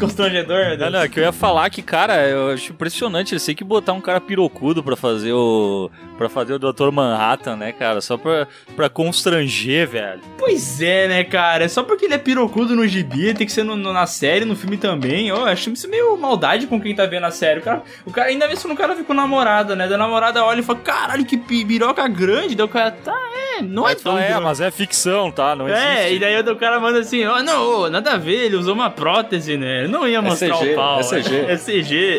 constrangedor, meu Deus. Não, é que eu ia falar que, cara, eu acho impressionante. Eles têm que botar um cara pirocudo pra fazer o Dr. Manhattan, né, cara? Só pra constranger, velho. Pois é, né, cara? Só porque ele é pirocudo no gibi, tem que ser na série, no filme também. Eu acho isso meio maldade com quem tá vendo a série. O cara ainda vê se o cara fica com namorada, né? Da namorada olha e fala, caralho, que piroca grande. Daí o cara, não é tão grande. Mas é ficção, tá? Não existe. E daí o cara manda assim, não, nada a ver, ele usou uma prótese, né? Ele não ia mostrar o pau. É CG. É CG.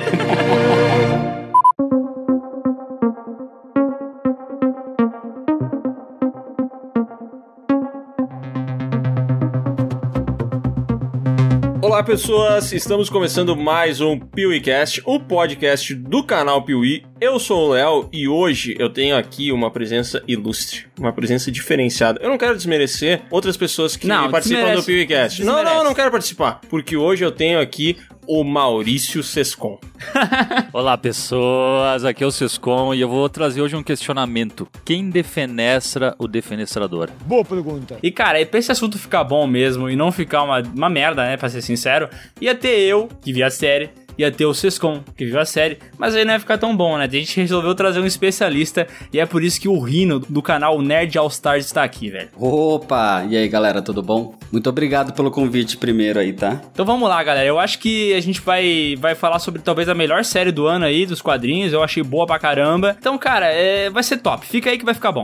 Olá, pessoas! Estamos começando mais um PeeWeeCast, o podcast do canal Piuí. Eu sou o Léo e hoje eu tenho aqui uma presença ilustre, uma presença diferenciada. Eu não quero desmerecer outras pessoas que participam do PeeWeeCast. Não quero participar, porque hoje eu tenho aqui o Maurício Sescon. Olá, pessoas, aqui é o Sescon e eu vou trazer hoje um questionamento. Quem defenestra o defenestrador? Boa pergunta. E cara, pra esse assunto ficar bom mesmo e não ficar uma merda, né, pra ser sincero, ia ter eu, que vi a série, ia ter o Sescon, que viu a série, mas aí não ia ficar tão bom, né? A gente resolveu trazer um especialista e é por isso que o Rino, do canal Nerd All Stars, está aqui, velho. Opa! E aí, galera, tudo bom? Muito obrigado pelo convite primeiro aí, tá? Então vamos lá, galera. Eu acho que a gente vai falar sobre talvez a melhor série do ano aí, dos quadrinhos. Eu achei boa pra caramba. Então, cara, vai ser top. Fica aí que vai ficar bom.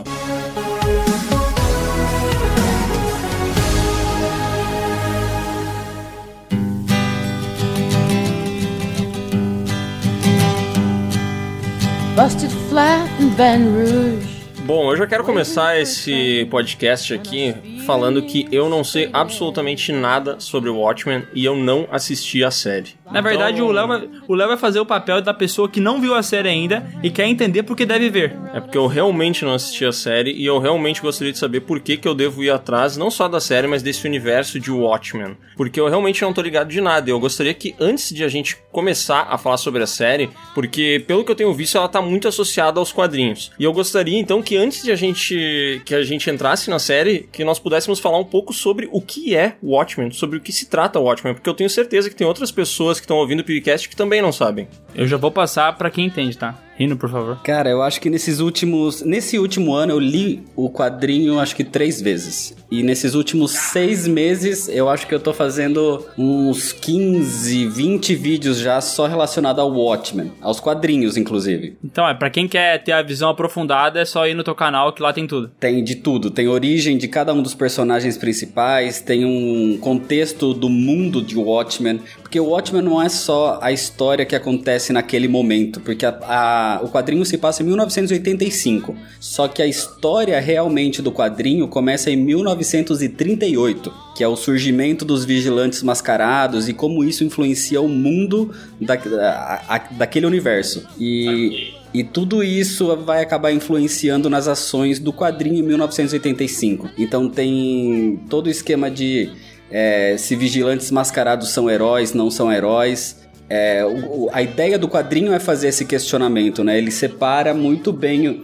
Busted flat in Baton Rouge. Bom, eu já quero começar esse podcast aqui falando que eu não sei absolutamente nada sobre o Watchmen e eu não assisti a série. Na verdade, o Léo vai fazer o papel da pessoa que não viu a série ainda e quer entender porque deve ver. É porque eu realmente não assisti a série e eu realmente gostaria de saber por que eu devo ir atrás, não só da série, mas desse universo de Watchmen. Porque eu realmente não tô ligado de nada. Eu gostaria que antes de a gente começar a falar sobre a série, porque pelo que eu tenho visto, ela tá muito associada aos quadrinhos. E eu gostaria então que antes de a gente entrasse na série, que nós pudéssemos falar um pouco sobre o que é Watchmen, sobre o que se trata Watchmen, porque eu tenho certeza que tem outras pessoas que estão ouvindo o podcast que também não sabem. Eu já vou passar pra quem entende, tá? Rino, por favor. Cara, eu acho que nesse último ano eu li o quadrinho acho que 3 vezes. E nesses últimos 6 meses eu acho que eu tô fazendo uns 15, 20 vídeos já só relacionado ao Watchmen, aos quadrinhos inclusive. Então, pra quem quer ter a visão aprofundada é só ir no teu canal que lá tem tudo. Tem de tudo, tem origem de cada um dos personagens principais, tem um contexto do mundo de Watchmen, porque o Watchmen não é só a história que acontece naquele momento, porque o quadrinho se passa em 1985, só que a história realmente do quadrinho começa em 1938, que é o surgimento dos vigilantes mascarados e como isso influencia o mundo daquele universo. E tudo isso vai acabar influenciando nas ações do quadrinho em 1985. Então tem todo o esquema de se vigilantes mascarados são heróis, não são heróis. A ideia do quadrinho é fazer esse questionamento, né? Ele separa muito bem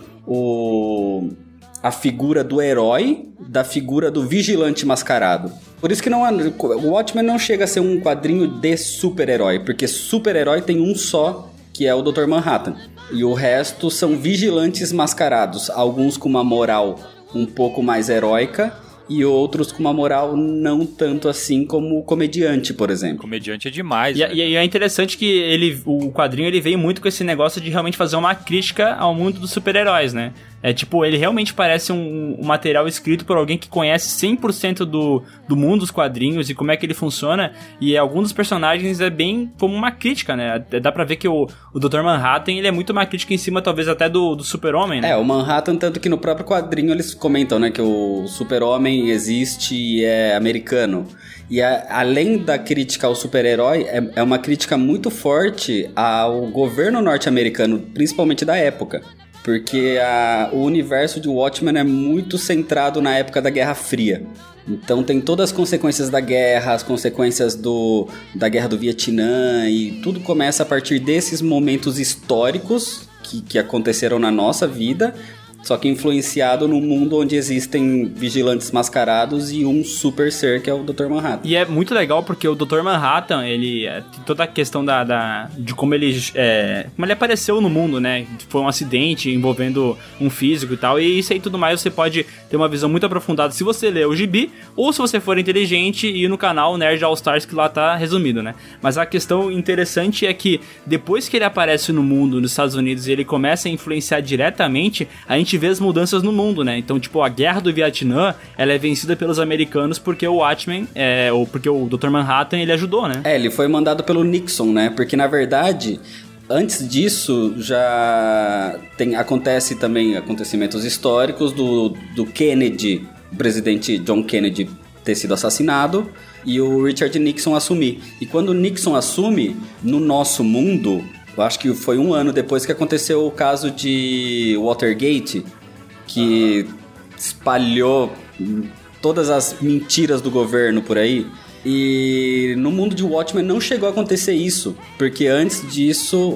a figura do herói da figura do vigilante mascarado. Por isso que o Watchmen não chega a ser um quadrinho de super-herói, porque super-herói tem um só, que é o Dr. Manhattan. E o resto são vigilantes mascarados, alguns com uma moral um pouco mais heróica e outros com uma moral não tanto assim como o comediante, por exemplo. Comediante é demais, e é interessante que o quadrinho ele veio muito com esse negócio de realmente fazer uma crítica ao mundo dos super-heróis, né? Ele realmente parece um material escrito por alguém que conhece 100% do mundo dos quadrinhos e como é que ele funciona, e alguns dos personagens é bem como uma crítica, né? Dá pra ver que o Dr. Manhattan, ele é muito uma crítica em cima, talvez, até do Super-Homem, né? O Manhattan, tanto que no próprio quadrinho eles comentam, né, que o Super-Homem existe e é americano. E além da crítica ao super-herói, é uma crítica muito forte ao governo norte-americano, principalmente da época. Porque o universo de Watchmen é muito centrado na época da Guerra Fria. Então tem todas as consequências da guerra, as consequências da Guerra do Vietnã, e tudo começa a partir desses momentos históricos que aconteceram na nossa vida. só que influenciado num mundo onde existem vigilantes mascarados e um super ser que é o Dr. Manhattan. E é muito legal porque o Dr. Manhattan, ele toda a questão de como ele apareceu no mundo, né? Foi um acidente envolvendo um físico e tal, e isso aí tudo mais você pode ter uma visão muito aprofundada se você ler o gibi, ou se você for inteligente e ir no canal Nerd All Stars, que lá tá resumido, né? Mas a questão interessante é que depois que ele aparece no mundo, nos Estados Unidos, e ele começa a influenciar diretamente, a gente vê as mudanças no mundo, né? Então, tipo, a guerra do Vietnã, ela é vencida pelos americanos porque o Watchmen, ou porque o Dr. Manhattan, ele ajudou, né? Ele foi mandado pelo Nixon, né? Porque, na verdade, antes disso, já acontece também acontecimentos históricos do Kennedy, o presidente John Kennedy, ter sido assassinado e o Richard Nixon assumir. E quando o Nixon assume, no nosso mundo, eu acho que foi um ano depois que aconteceu o caso de Watergate, que espalhou todas as mentiras do governo por aí. E no mundo de Watchmen não chegou a acontecer isso, porque antes disso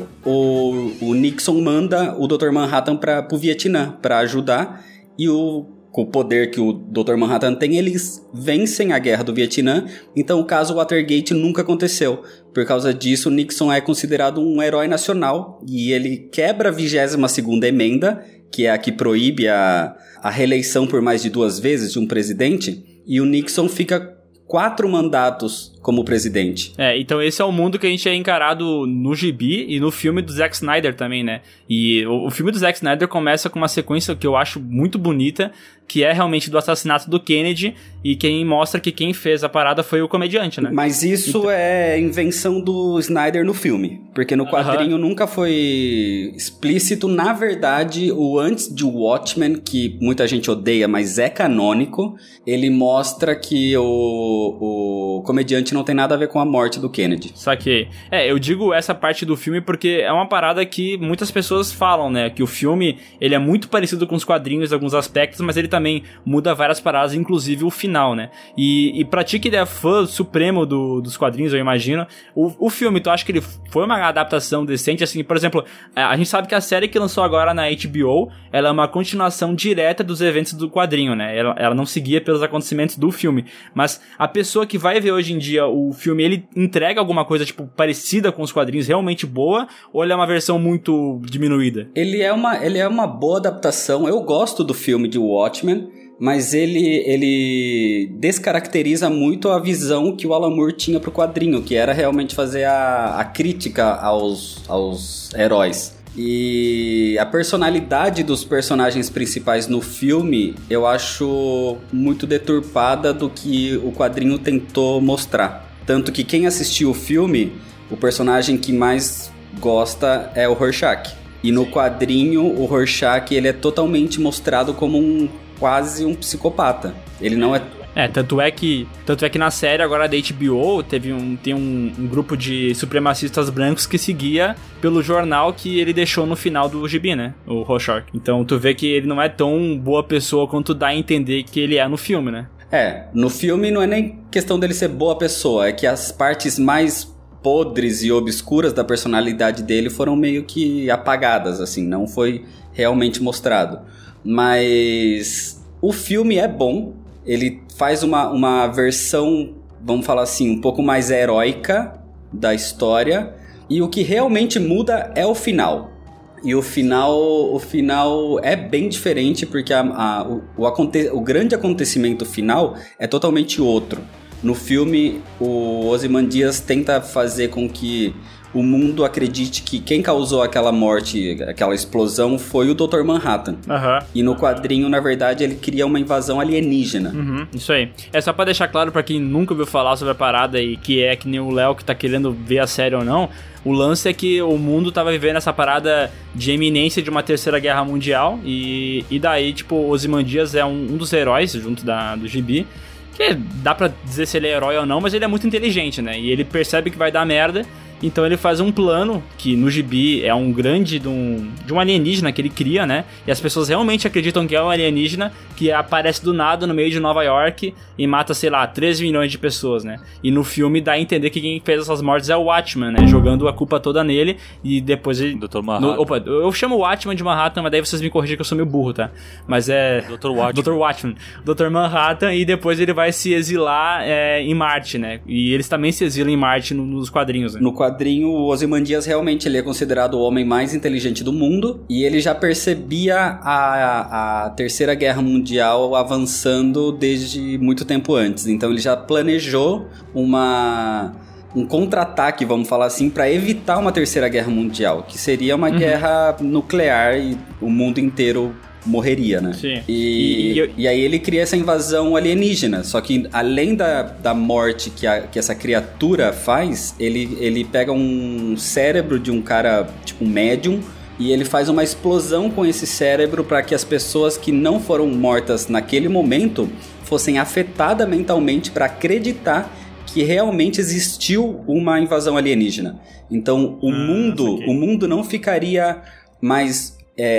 o Nixon manda o Dr. Manhattan para o Vietnã para ajudar, e com o poder que o Dr. Manhattan tem, eles vencem a guerra do Vietnã. Então o caso Watergate nunca aconteceu. Por causa disso, Nixon é considerado um herói nacional e ele quebra a 22ª emenda, que é a que proíbe a reeleição por mais de 2 vezes de um presidente, e o Nixon fica 4 mandatos como presidente. Então esse é o mundo que a gente é encarado no gibi e no filme do Zack Snyder também, né? E o filme do Zack Snyder começa com uma sequência que eu acho muito bonita, que é realmente do assassinato do Kennedy, e quem mostra que quem fez a parada foi o comediante, né? Mas isso é invenção do Snyder no filme, porque no quadrinho nunca foi explícito. Na verdade, o antes de Watchmen, que muita gente odeia, mas é canônico, ele mostra que o comediante não tem nada a ver com a morte do Kennedy. Saquei. Eu digo essa parte do filme porque é uma parada que muitas pessoas falam, né? Que o filme, ele é muito parecido com os quadrinhos em alguns aspectos, mas ele também muda várias paradas, inclusive o final, né? E pra ti que é fã supremo dos quadrinhos, eu imagino, o filme, tu acha que ele foi uma adaptação decente? Assim, por exemplo, a gente sabe que a série que lançou agora na HBO, ela é uma continuação direta dos eventos do quadrinho, né? Ela não seguia pelos acontecimentos do filme, mas a pessoa que vai ver hoje em dia o filme, ele entrega alguma coisa, tipo, parecida com os quadrinhos, realmente boa, ou ele é uma versão muito diminuída? Ele é uma boa adaptação. Eu gosto do filme de Watchmen, mas ele descaracteriza muito a visão que o Alan Moore tinha pro quadrinho, que era realmente fazer a crítica aos heróis. E a personalidade dos personagens principais no filme eu acho muito deturpada do que o quadrinho tentou mostrar. Tanto que quem assistiu o filme, o personagem que mais gosta é o Rorschach. E no quadrinho, o Rorschach, ele é totalmente mostrado como quase um psicopata. Ele não é... Tanto é que na série agora da HBO tem um grupo de supremacistas brancos que seguia pelo jornal que ele deixou no final do gibi, né? O Rorschach. Então tu vê que ele não é tão boa pessoa quanto dá a entender que ele é no filme, né? No filme não é nem questão dele ser boa pessoa, é que as partes mais podres e obscuras da personalidade dele foram meio que apagadas, assim, não foi realmente mostrado. Mas o filme é bom, ele faz uma versão, vamos falar assim, um pouco mais heróica da história, e o que realmente muda é o final. E o final é bem diferente, porque o grande acontecimento final é totalmente outro. No filme, o Ozymandias tenta fazer com que o mundo acredite que quem causou aquela morte, aquela explosão, foi o Dr. Manhattan. E no quadrinho, na verdade, ele cria uma invasão alienígena. Isso aí. É só pra deixar claro pra quem nunca ouviu falar sobre a parada e que é que nem o Léo que tá querendo ver a série ou não, o lance é que o mundo tava vivendo essa parada de eminência de uma terceira guerra mundial e daí, tipo, Ozymandias é um dos heróis junto do gibi, que dá pra dizer se ele é herói ou não, mas ele é muito inteligente, né? E ele percebe que vai dar merda Então ele faz um plano, que no gibi é um grande de um alienígena que ele cria, né? E as pessoas realmente acreditam que é um alienígena que aparece do nada no meio de Nova York e mata, sei lá, 13 milhões de pessoas, né? E no filme dá a entender que quem fez essas mortes é o Watchman, né? Jogando a culpa toda nele e depois ele... Dr. Manhattan. Opa, eu chamo o Watchman de Manhattan, mas daí vocês me corrigem que eu sou meio burro, tá? Mas é... Dr. Watchman. Dr. Watchman. Dr. Manhattan, e depois ele vai se exilar em Marte, né? E eles também se exilam em Marte nos quadrinhos, né? No quadrinho, o Ozymandias realmente ele é considerado o homem mais inteligente do mundo, e ele já percebia a Terceira Guerra Mundial avançando desde muito tempo antes. Então ele já planejou um contra-ataque, vamos falar assim, para evitar uma Terceira Guerra Mundial, que seria uma guerra nuclear e o mundo inteiro morreria, né? Sim. E aí ele cria essa invasão alienígena, só que além da morte que essa criatura faz, ele pega um cérebro de um cara, tipo um médium, e ele faz uma explosão com esse cérebro para que as pessoas que não foram mortas naquele momento fossem afetadas mentalmente para acreditar que realmente existiu uma invasão alienígena. Então o mundo não ficaria mais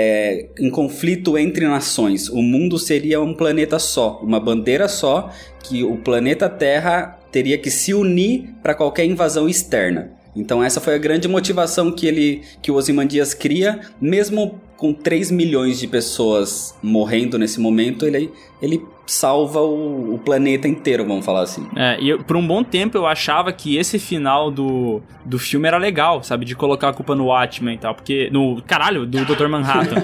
em conflito entre nações. O mundo seria um planeta só, uma bandeira só, que o planeta Terra teria que se unir para qualquer invasão externa. Então essa foi a grande motivação que o Ozymandias cria, mesmo com 3 milhões de pessoas morrendo nesse momento, ele salva o planeta inteiro, vamos falar assim. E por um bom tempo eu achava que esse final do filme era legal, sabe? De colocar a culpa no Watchmen e tal, porque... do Dr. Manhattan.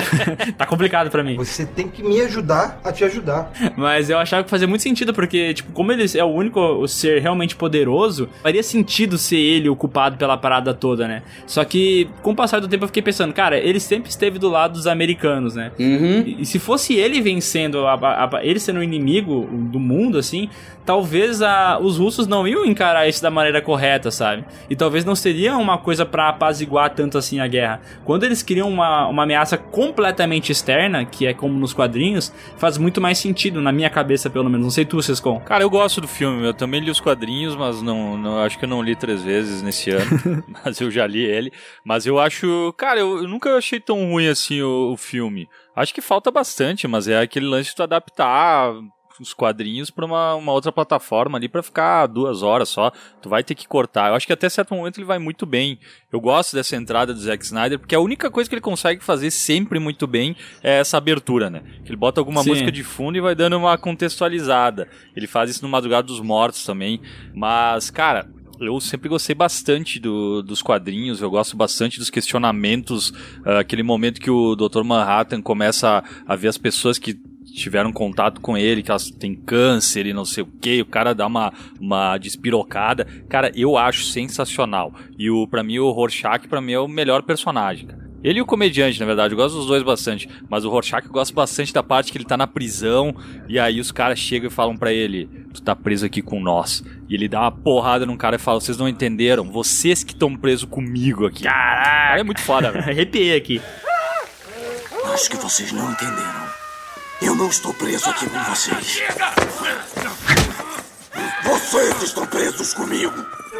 Tá complicado pra mim. Você tem que me ajudar a te ajudar. Mas eu achava que fazia muito sentido, porque, tipo, como ele é o único ser realmente poderoso, faria sentido ser ele o culpado pela parada toda, né? Só que, com o passar do tempo, eu fiquei pensando, cara, ele sempre esteve do lado dos americanos, né? E se fosse ele vencendo, ele sendo o inimigo do mundo, assim, talvez os russos não iam encarar isso da maneira correta, sabe? E talvez não seria uma coisa pra apaziguar tanto assim a guerra. Quando eles criam uma ameaça completamente externa, que é como nos quadrinhos, faz muito mais sentido, na minha cabeça, pelo menos. Não sei tu, Sescon. Cara, eu gosto do filme, eu também li os quadrinhos, mas não acho que eu não li 3 vezes nesse ano, mas eu já li ele. Mas eu acho, cara, eu nunca achei tão ruim assim o filme. Acho que falta bastante, mas é aquele lance de tu adaptar os quadrinhos pra uma outra plataforma ali pra ficar 2 horas só. Tu vai ter que cortar. Eu acho que até certo momento ele vai muito bem. Eu gosto dessa entrada do Zack Snyder, porque a única coisa que ele consegue fazer sempre muito bem é essa abertura, né? Que ele bota alguma música de fundo e vai dando uma contextualizada. Ele faz isso no Madrugada dos Mortos também. Mas, cara, eu sempre gostei bastante dos quadrinhos, eu gosto bastante dos questionamentos, aquele momento que o Dr. Manhattan começa a ver as pessoas que tiveram contato com ele, que elas têm câncer e não sei o que, o cara dá uma despirocada. Cara, eu acho sensacional. E pra mim o Rorschach, pra mim, é o melhor personagem, cara. Ele e o comediante, na verdade, eu gosto dos dois bastante. Mas o Rorschach eu gosto bastante da parte que ele tá na prisão e aí os caras chegam e falam pra ele: tu tá preso aqui com nós. E ele dá uma porrada num cara e fala: vocês não entenderam, vocês que estão presos comigo aqui. Caraca! É muito foda, velho. Arrepiei aqui. Acho que vocês não entenderam. Eu não estou preso aqui com vocês. Vocês estão presos comigo.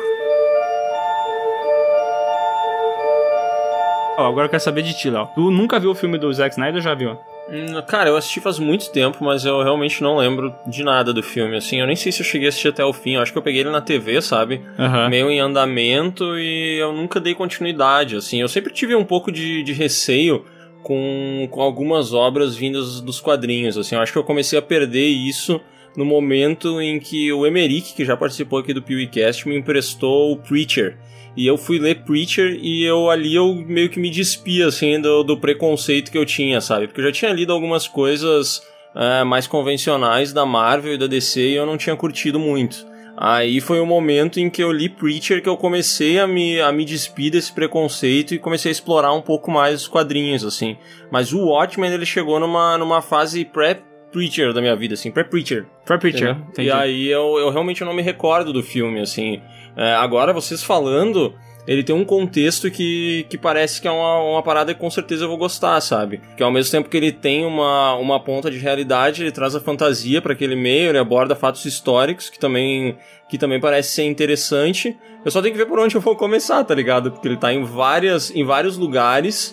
Agora eu quero saber de ti, Léo. Tu nunca viu o filme do Zack Snyder ou já viu? Cara, eu assisti faz muito tempo, mas eu realmente não lembro de nada do filme, assim. Eu nem sei se eu cheguei a assistir até o fim. Eu acho que eu peguei ele na TV, sabe? Meio em andamento, e eu nunca dei continuidade, assim. Eu sempre tive um pouco de receio com algumas obras vindas dos quadrinhos, assim. Eu acho que eu comecei a perder isso no momento em que o Emerick, que já participou aqui do PeeWeeCast, me emprestou o Preacher. E eu fui ler Preacher e eu meio que me despia, assim, do preconceito que eu tinha, sabe? Porque eu já tinha lido algumas coisas mais convencionais da Marvel e da DC e eu não tinha curtido muito. Aí foi o momento em que eu li Preacher que eu comecei a me despir desse preconceito e comecei a explorar um pouco mais os quadrinhos, assim. Mas o Watchmen, ele chegou numa fase pré-Preacher da minha vida, assim, pré-Preacher. Pré-Preacher, entendi. E aí eu realmente não me recordo do filme, assim. Agora, vocês falando, ele tem um contexto que parece que é uma parada que com certeza eu vou gostar, sabe? Que ao mesmo tempo que ele tem uma ponta de realidade, ele traz a fantasia para aquele meio, ele aborda fatos históricos que também parece ser interessante. Eu só tenho que ver por onde eu vou começar, tá ligado? Porque ele tá em vários lugares.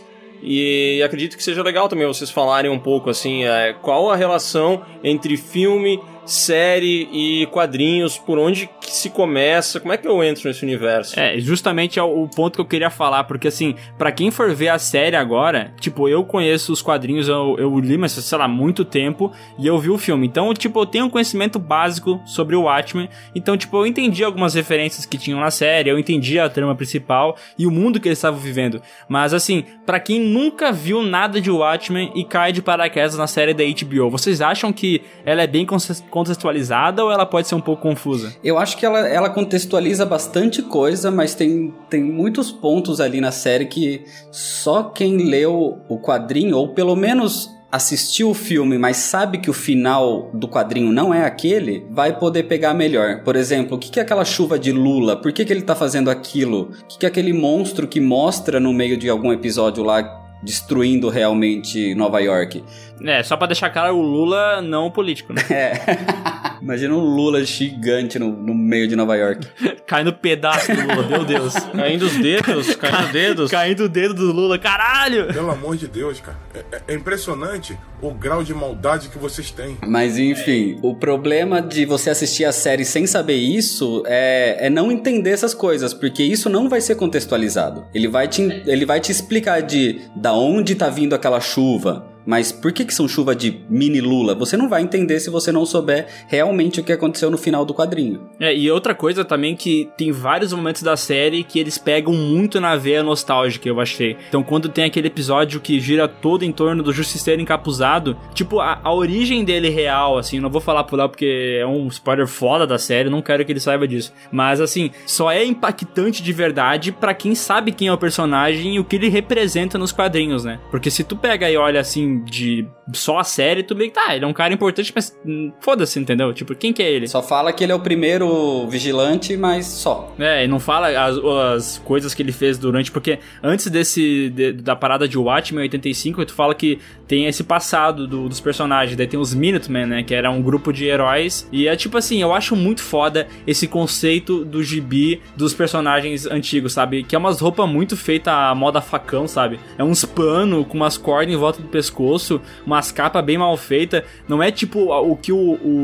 E acredito que seja legal também vocês falarem um pouco, assim, qual a relação entre filme, série e quadrinhos, por onde que se começa, como é que eu entro nesse universo? Justamente é o ponto que eu queria falar, porque assim, pra quem for ver a série agora, tipo, eu conheço os quadrinhos, eu li, mas sei lá, muito tempo, e eu vi o filme, então, tipo, eu tenho um conhecimento básico sobre o Watchmen, então, tipo, eu entendi algumas referências que tinham na série, eu entendi a trama principal e o mundo que eles estavam vivendo, mas assim, pra quem nunca viu nada de Watchmen e cai de paraquedas na série da HBO, vocês acham que ela é bem contextualizada ou ela pode ser um pouco confusa? Eu acho que ela contextualiza bastante coisa, mas tem muitos pontos ali na série que só quem leu o quadrinho, ou pelo menos assistiu o filme, mas sabe que o final do quadrinho não é aquele, vai poder pegar melhor. Por exemplo, o que é aquela chuva de lula? Por que ele tá fazendo aquilo? O que é aquele monstro que mostra no meio de algum episódio lá destruindo realmente Nova York? Só pra deixar claro, o Lula não político, né? Imagina um Lula gigante no meio de Nova York. Caindo pedaço do Lula, meu Deus. Caindo os dedos, Caindo o dedo do Lula, caralho! Pelo amor de Deus, cara. É impressionante o grau de maldade que vocês têm. Mas enfim, o problema de você assistir a série sem saber isso é não entender essas coisas, porque isso não vai ser contextualizado. Ele vai te explicar da onde tá vindo aquela chuva. Mas por que são chuva de mini Lula? Você não vai entender se você não souber realmente o que aconteceu no final do quadrinho. E outra coisa também que tem vários momentos da série que eles pegam muito na veia nostálgica, eu achei. Então quando tem aquele episódio que gira todo em torno do Justiceiro encapuzado, tipo, a origem dele real, assim, não vou falar por lá porque é um spoiler foda da série, não quero que ele saiba disso. Mas assim, só é impactante de verdade pra quem sabe quem é o personagem e o que ele representa nos quadrinhos, né? Porque se tu pega e olha assim, de só a série, tu meio que ele é um cara importante, mas foda-se, entendeu? Tipo, quem que é ele? Só fala que ele é o primeiro vigilante, mas só. E não fala as coisas que ele fez durante, porque antes da parada de Watchmen 85, tu fala que tem esse passado dos personagens, daí tem os Minutemen, né, que era um grupo de heróis, e é tipo assim, eu acho muito foda esse conceito do gibi dos personagens antigos, sabe? Que é umas roupas muito feitas à moda facão, sabe? É uns pano com umas cordas em volta do pescoço, umas capas bem mal feitas. Não é tipo o que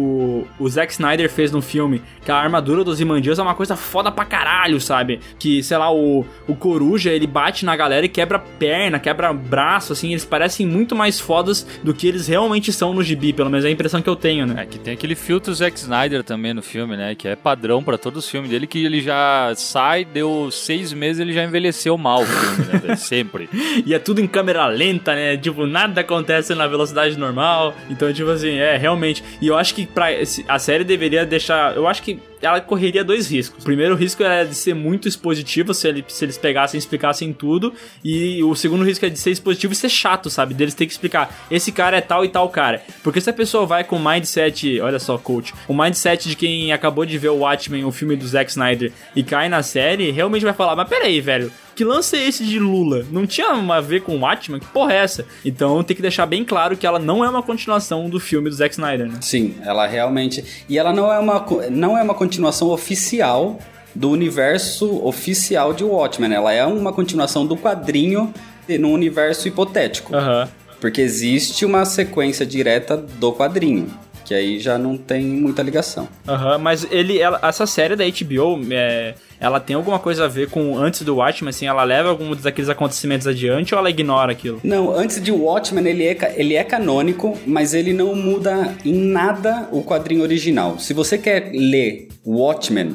o Zack Snyder fez no filme, que a armadura dos Imandias é uma coisa foda pra caralho, sabe? Que, sei lá, o Coruja, ele bate na galera e quebra perna, quebra braço, assim, eles parecem muito mais fodas do que eles realmente são no gibi, pelo menos é a impressão que eu tenho, né? Que tem aquele filtro Zack Snyder também no filme, né? Que é padrão pra todos os filmes dele, que ele já sai, deu 6 meses, ele já envelheceu mal o filme, né? Sempre. E é tudo em câmera lenta, né? Tipo, nada acontece na velocidade normal. Então, tipo assim, realmente. E eu acho que a série deveria deixar... Eu acho que ela correria 2 riscos. O primeiro risco é de ser muito expositivo, se eles pegassem e explicassem tudo. E o segundo risco é de ser expositivo e ser chato, sabe? Deles ter que explicar, esse cara é tal e tal cara. Porque se a pessoa vai com o mindset... Olha só, coach. O mindset de quem acabou de ver o Watchmen, o filme do Zack Snyder, e cai na série, realmente vai falar, mas peraí, velho, que lance é esse de Lula? Não tinha a ver com o Watchmen? Que porra é essa? Então tem que deixar bem claro que ela não é uma continuação do filme do Zack Snyder, né? Sim, ela realmente... E ela não é uma continuação oficial do universo oficial de Watchmen. Ela é uma continuação do quadrinho no universo hipotético. Porque existe uma sequência direta do quadrinho, que aí já não tem muita ligação. Mas essa série da HBO, ela tem alguma coisa a ver com antes do Watchmen, assim, ela leva alguns daqueles acontecimentos adiante ou ela ignora aquilo? Não, antes de Watchmen ele é canônico, mas ele não muda em nada o quadrinho original. Se você quer ler Watchmen,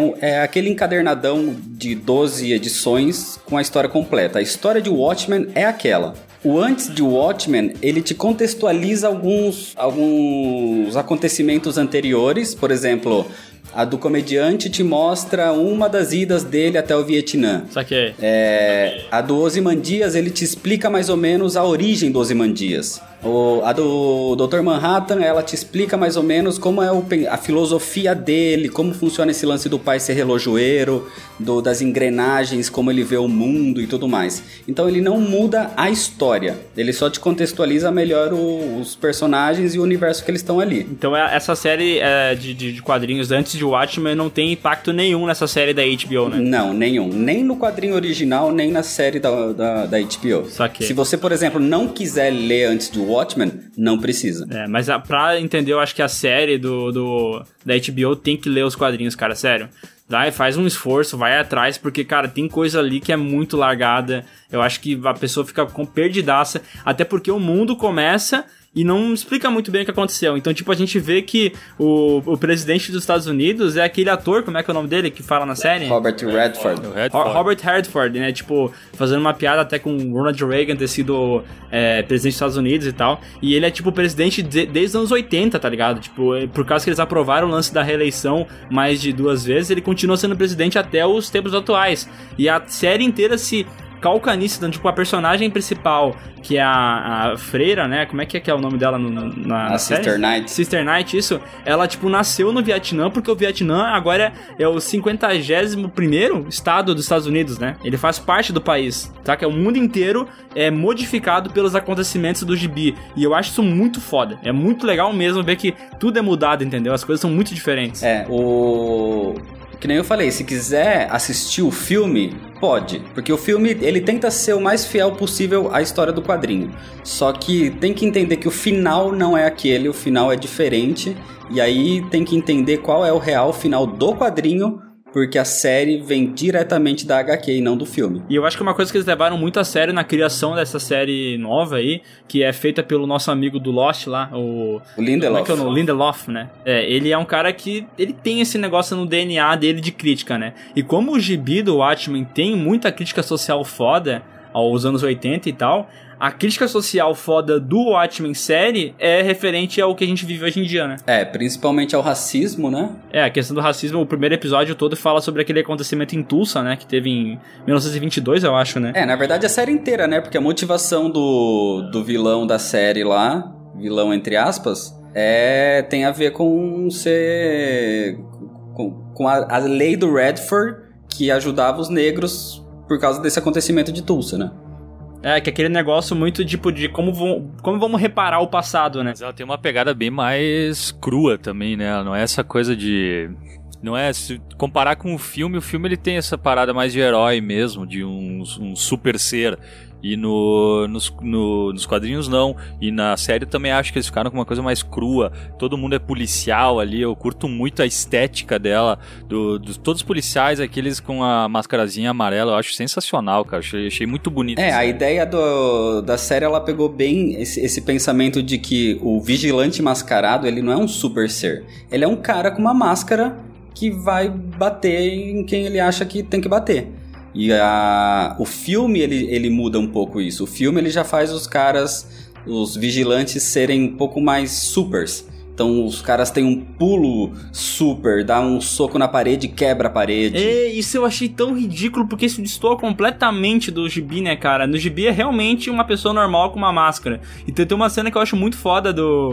é aquele encadernadão de 12 edições com a história completa. A história de Watchmen é aquela. O antes de Watchmen, ele te contextualiza alguns acontecimentos anteriores. Por exemplo, a do comediante te mostra uma das idas dele até o Vietnã. Saquei. A do Ozymandias, ele te explica mais ou menos a origem do Ozymandias. A do Dr. Manhattan, ela te explica mais ou menos como é a filosofia dele, como funciona esse lance do pai ser relojoeiro, das engrenagens, como ele vê o mundo e tudo mais. Então ele não muda a história, ele só te contextualiza melhor os personagens e o universo que eles estão ali. Então essa série de quadrinhos antes de Watchmen não tem impacto nenhum nessa série da HBO, né? Não, nenhum. Nem no quadrinho original, nem na série da HBO. Saquei. Se você, por exemplo, não quiser ler antes de Watchmen, não precisa. Mas pra entender, eu acho que a série da HBO tem que ler os quadrinhos, cara, sério. Faz um esforço, vai atrás, porque, cara, tem coisa ali que é muito largada. Eu acho que a pessoa fica perdidaça, até porque o mundo começa e não explica muito bem o que aconteceu. Então, tipo, a gente vê que o presidente dos Estados Unidos é aquele ator, como é que é o nome dele, que fala na série? Robert Redford. Robert Redford, né? Tipo, fazendo uma piada até com o Ronald Reagan ter sido presidente dos Estados Unidos e tal. E ele é, tipo, presidente desde os anos 80, tá ligado? Tipo, por causa que eles aprovaram o lance da reeleição mais de 2 vezes, ele continua sendo presidente até os tempos atuais. E a série inteira se calca nisso, então, tipo, a personagem principal, que é a freira, né? Como é que é o nome dela na série? Sister Knight. Sister Knight, isso. Ela, tipo, nasceu no Vietnã, porque o Vietnã agora é o 51º estado dos Estados Unidos, né? Ele faz parte do país, tá? Que é o mundo inteiro é modificado pelos acontecimentos do gibi. E eu acho isso muito foda. É muito legal mesmo ver que tudo é mudado, entendeu? As coisas são muito diferentes. Que nem eu falei, se quiser assistir o filme, pode. Porque o filme, ele tenta ser o mais fiel possível à história do quadrinho. Só que tem que entender que o final não é aquele, o final é diferente. E aí tem que entender qual é o real final do quadrinho, porque a série vem diretamente da HQ e não do filme. E eu acho que uma coisa que eles levaram muito a sério na criação dessa série nova aí, que é feita pelo nosso amigo do Lost lá, o Lindelof. Como é que é o Lindelof, né? Ele é um cara que ele tem esse negócio no DNA dele de crítica, né? E como o gibi do Watchmen tem muita crítica social foda aos anos 80 e tal, a crítica social foda do Watchmen série é referente ao que a gente vive hoje em dia, né? Principalmente ao racismo, né? A questão do racismo, o primeiro episódio todo fala sobre aquele acontecimento em Tulsa, né? Que teve em 1922, eu acho, né? Na verdade a série inteira, né? Porque a motivação do vilão da série lá, vilão entre aspas, tem a ver com ser... com a lei do Redford, que ajudava os negros por causa desse acontecimento de Tulsa, né? Que aquele negócio muito tipo de como vamos reparar o passado, né? Mas ela tem uma pegada bem mais crua também, né? Ela não é essa coisa de... Não é... Se comparar com o filme ele tem essa parada mais de herói mesmo, de um super ser. E nos quadrinhos não. E na série também acho que eles ficaram com uma coisa mais crua. Todo mundo é policial ali. Eu curto muito a estética dela. Todos os policiais, aqueles com a mascarazinha amarela. Eu acho sensacional, cara. Achei muito bonito. A ideia da série, ela pegou bem esse pensamento de que o vigilante mascarado, ele não é um super ser. Ele é um cara com uma máscara que vai bater em quem ele acha que tem que bater. E o filme, ele muda um pouco isso. O filme, ele já faz os vigilantes serem um pouco mais supers. Então, os caras têm um pulo super, dá um soco na parede e quebra a parede. Isso eu achei tão ridículo, porque isso destoa completamente do gibi, né, cara? No gibi é realmente uma pessoa normal com uma máscara. Então tem uma cena que eu acho muito foda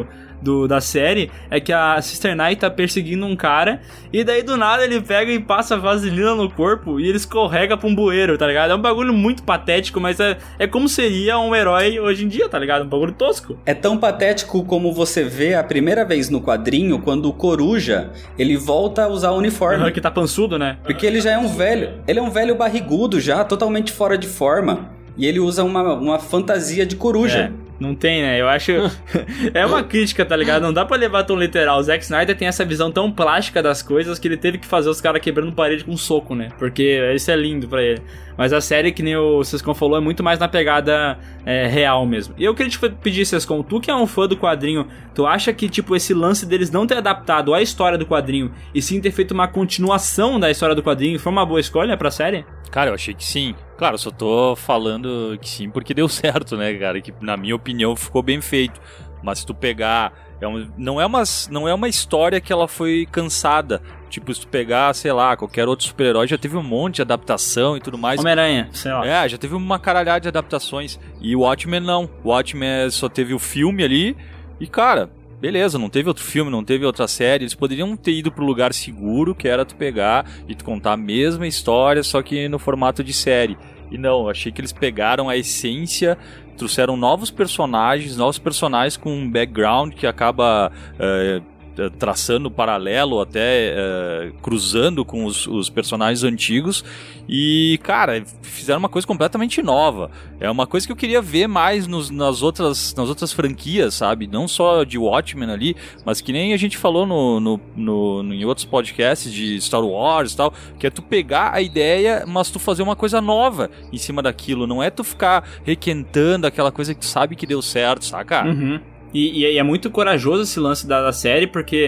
da série, é que a Sister Knight tá perseguindo um cara, e daí do nada ele pega e passa vaselina no corpo e ele escorrega pra um bueiro, tá ligado? É um bagulho muito patético, mas é como seria um herói hoje em dia, tá ligado? Um bagulho tosco. É tão patético como você vê a primeira vez no quadrinho, quando o Coruja, ele volta a usar o uniforme. Que tá pançudo, né? Porque ele já é um velho, ele é um velho barrigudo já, totalmente fora de forma, e ele usa uma fantasia de coruja. Não tem, né? Eu acho... é uma crítica, tá ligado? Não dá pra levar tão literal. O Zack Snyder tem essa visão tão plástica das coisas que ele teve que fazer os caras quebrando parede com um soco, né? Porque isso é lindo pra ele. Mas a série, que nem o Sescon falou, é muito mais na pegada real mesmo. E eu queria te pedir, Sescon, tu que é um fã do quadrinho, tu acha que, tipo, esse lance deles não ter adaptado a história do quadrinho e sim ter feito uma continuação da história do quadrinho foi uma boa escolha pra série? Cara, eu achei que sim. Claro, eu só tô falando que sim porque deu certo, né, cara? Que na minha opinião ficou bem feito. Mas se tu pegar Não é uma história que ela foi cansada. Tipo, se tu pegar, sei lá, qualquer outro super-herói, já teve um monte de adaptação e tudo mais. Homem-Aranha, sei lá. Já teve uma caralhada de adaptações. E o Watchmen não. O Watchmen só teve o filme ali e, cara, beleza, não teve outro filme, não teve outra série. Eles poderiam ter ido pro lugar seguro, que era tu pegar e tu contar a mesma história, só que no formato de série. E não, eu achei que eles pegaram a essência, trouxeram novos personagens com um background que acaba traçando paralelo, até cruzando com os personagens antigos. E, cara, fizeram uma coisa completamente nova. É uma coisa que eu queria ver mais nas outras franquias, sabe? Não só de Watchmen ali, mas que nem a gente falou em outros podcasts de Star Wars e tal, que é tu pegar a ideia, mas tu fazer uma coisa nova em cima daquilo. Não é tu ficar requentando aquela coisa que tu sabe que deu certo, saca? Uhum. E é muito corajoso esse lance da série, porque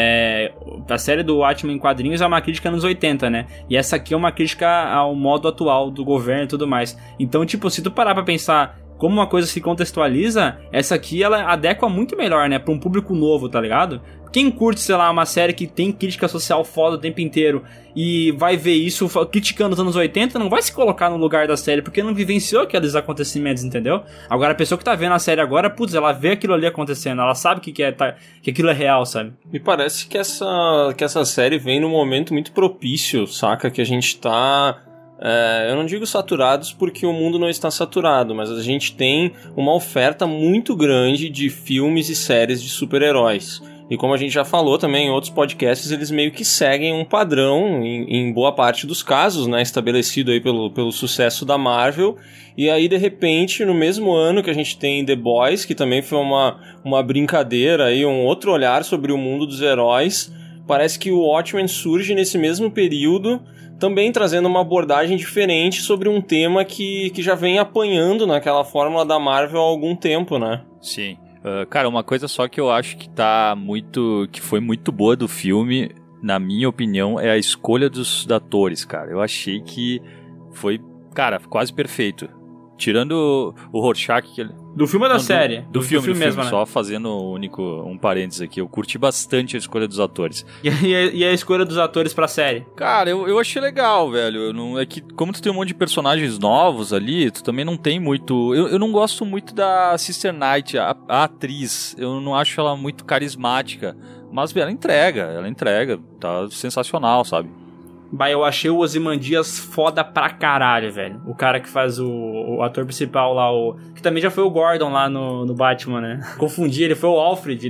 a série do Watchmen em quadrinhos é uma crítica nos 80, né? E essa aqui é uma crítica ao modo atual do governo e tudo mais. Então, tipo, se tu parar pra pensar como uma coisa se contextualiza, essa aqui ela adequa muito melhor, né? Pra um público novo, tá ligado? Quem curte, sei lá, uma série que tem crítica social foda o tempo inteiro e vai ver isso criticando os anos 80, não vai se colocar no lugar da série, porque não vivenciou aqueles acontecimentos, entendeu? Agora, a pessoa que tá vendo a série agora, putz, ela vê aquilo ali acontecendo, ela sabe que aquilo é real, sabe? Me parece que essa série vem num momento muito propício, saca? Que a gente tá... eu não digo saturados porque o mundo não está saturado, mas a gente tem uma oferta muito grande de filmes e séries de super-heróis. E como a gente já falou também em outros podcasts, eles meio que seguem um padrão, em boa parte dos casos, né, estabelecido aí pelo sucesso da Marvel. E aí, de repente, no mesmo ano que a gente tem The Boys, que também foi uma brincadeira, aí, um outro olhar sobre o mundo dos heróis, parece que o Watchmen surge nesse mesmo período, também trazendo uma abordagem diferente sobre um tema que já vem apanhando naquela fórmula da Marvel há algum tempo, né? Sim. Cara, uma coisa só que eu acho que foi muito boa do filme, na minha opinião, é a escolha dos atores, cara. Eu achei que foi, cara, quase perfeito. Tirando o Rorschach... Do filme ou da série? Do filme mesmo, né? Só fazendo um parênteses aqui. Eu curti bastante a escolha dos atores. E a escolha dos atores pra série? Cara, eu achei legal, velho. É que, como tu tem um monte de personagens novos ali, tu também não tem muito... Eu não gosto muito da Sister Knight, a atriz. Eu não acho ela muito carismática. Mas, ela entrega. Tá sensacional, sabe? Bah, eu achei o Ozymandias foda pra caralho, velho. O cara que faz o ator principal lá, que também já foi o Gordon lá no Batman, né? Confundi, ele foi o Alfred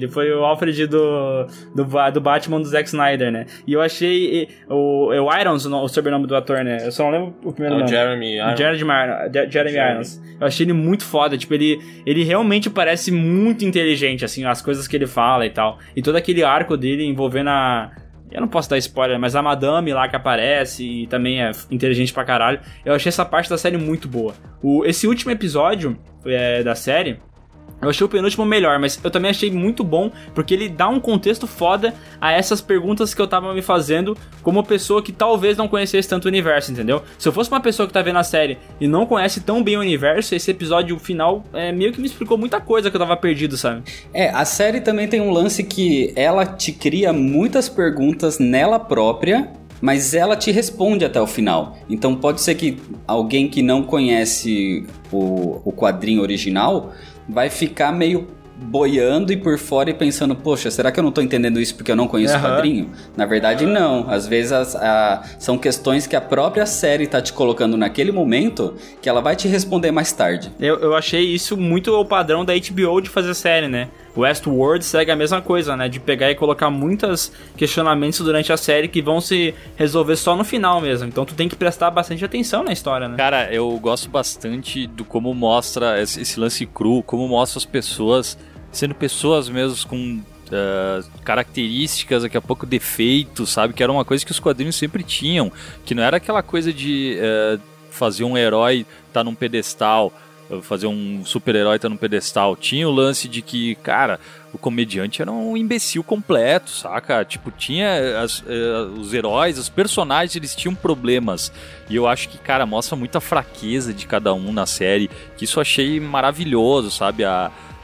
do Batman do Zack Snyder, né? E eu achei o Irons, o sobrenome do ator, né? Eu só não lembro o primeiro nome. Jeremy Irons. Eu achei ele muito foda, tipo, ele realmente parece muito inteligente, assim, as coisas que ele fala e tal. E todo aquele arco dele envolvendo eu não posso dar spoiler, mas a Madame lá que aparece e também é inteligente pra caralho. Eu achei essa parte da série muito boa. Esse último episódio da série, eu achei o penúltimo melhor, mas eu também achei muito bom, porque ele dá um contexto foda a essas perguntas que eu tava me fazendo como pessoa que talvez não conhecesse tanto o universo, entendeu? Se eu fosse uma pessoa que tá vendo a série e não conhece tão bem o universo, esse episódio final meio que me explicou muita coisa que eu tava perdido, sabe? A série também tem um lance que ela te cria muitas perguntas nela própria, mas ela te responde até o final. Então pode ser que alguém que não conhece o quadrinho original vai ficar meio boiando e por fora e pensando, poxa, será que eu não tô entendendo isso porque eu não conheço o quadrinho? Na verdade, não. Às vezes são questões que a própria série tá te colocando naquele momento que ela vai te responder mais tarde. Eu achei isso muito o padrão da HBO de fazer série, né? Westworld segue a mesma coisa, né? De pegar e colocar muitos questionamentos durante a série que vão se resolver só no final mesmo. Então tu tem que prestar bastante atenção na história, né? Cara, eu gosto bastante do como mostra esse lance cru, como mostra as pessoas sendo pessoas mesmo com características, daqui a pouco defeitos, sabe? Que era uma coisa que os quadrinhos sempre tinham, que não era aquela coisa de fazer um herói tá num pedestal, fazer um super-herói tá num pedestal. Tinha o lance de que, cara, o comediante era um imbecil completo, saca? Tipo, tinha os heróis, os personagens, eles tinham problemas. E eu acho que, cara, mostra muita fraqueza de cada um na série, que isso eu achei maravilhoso, sabe?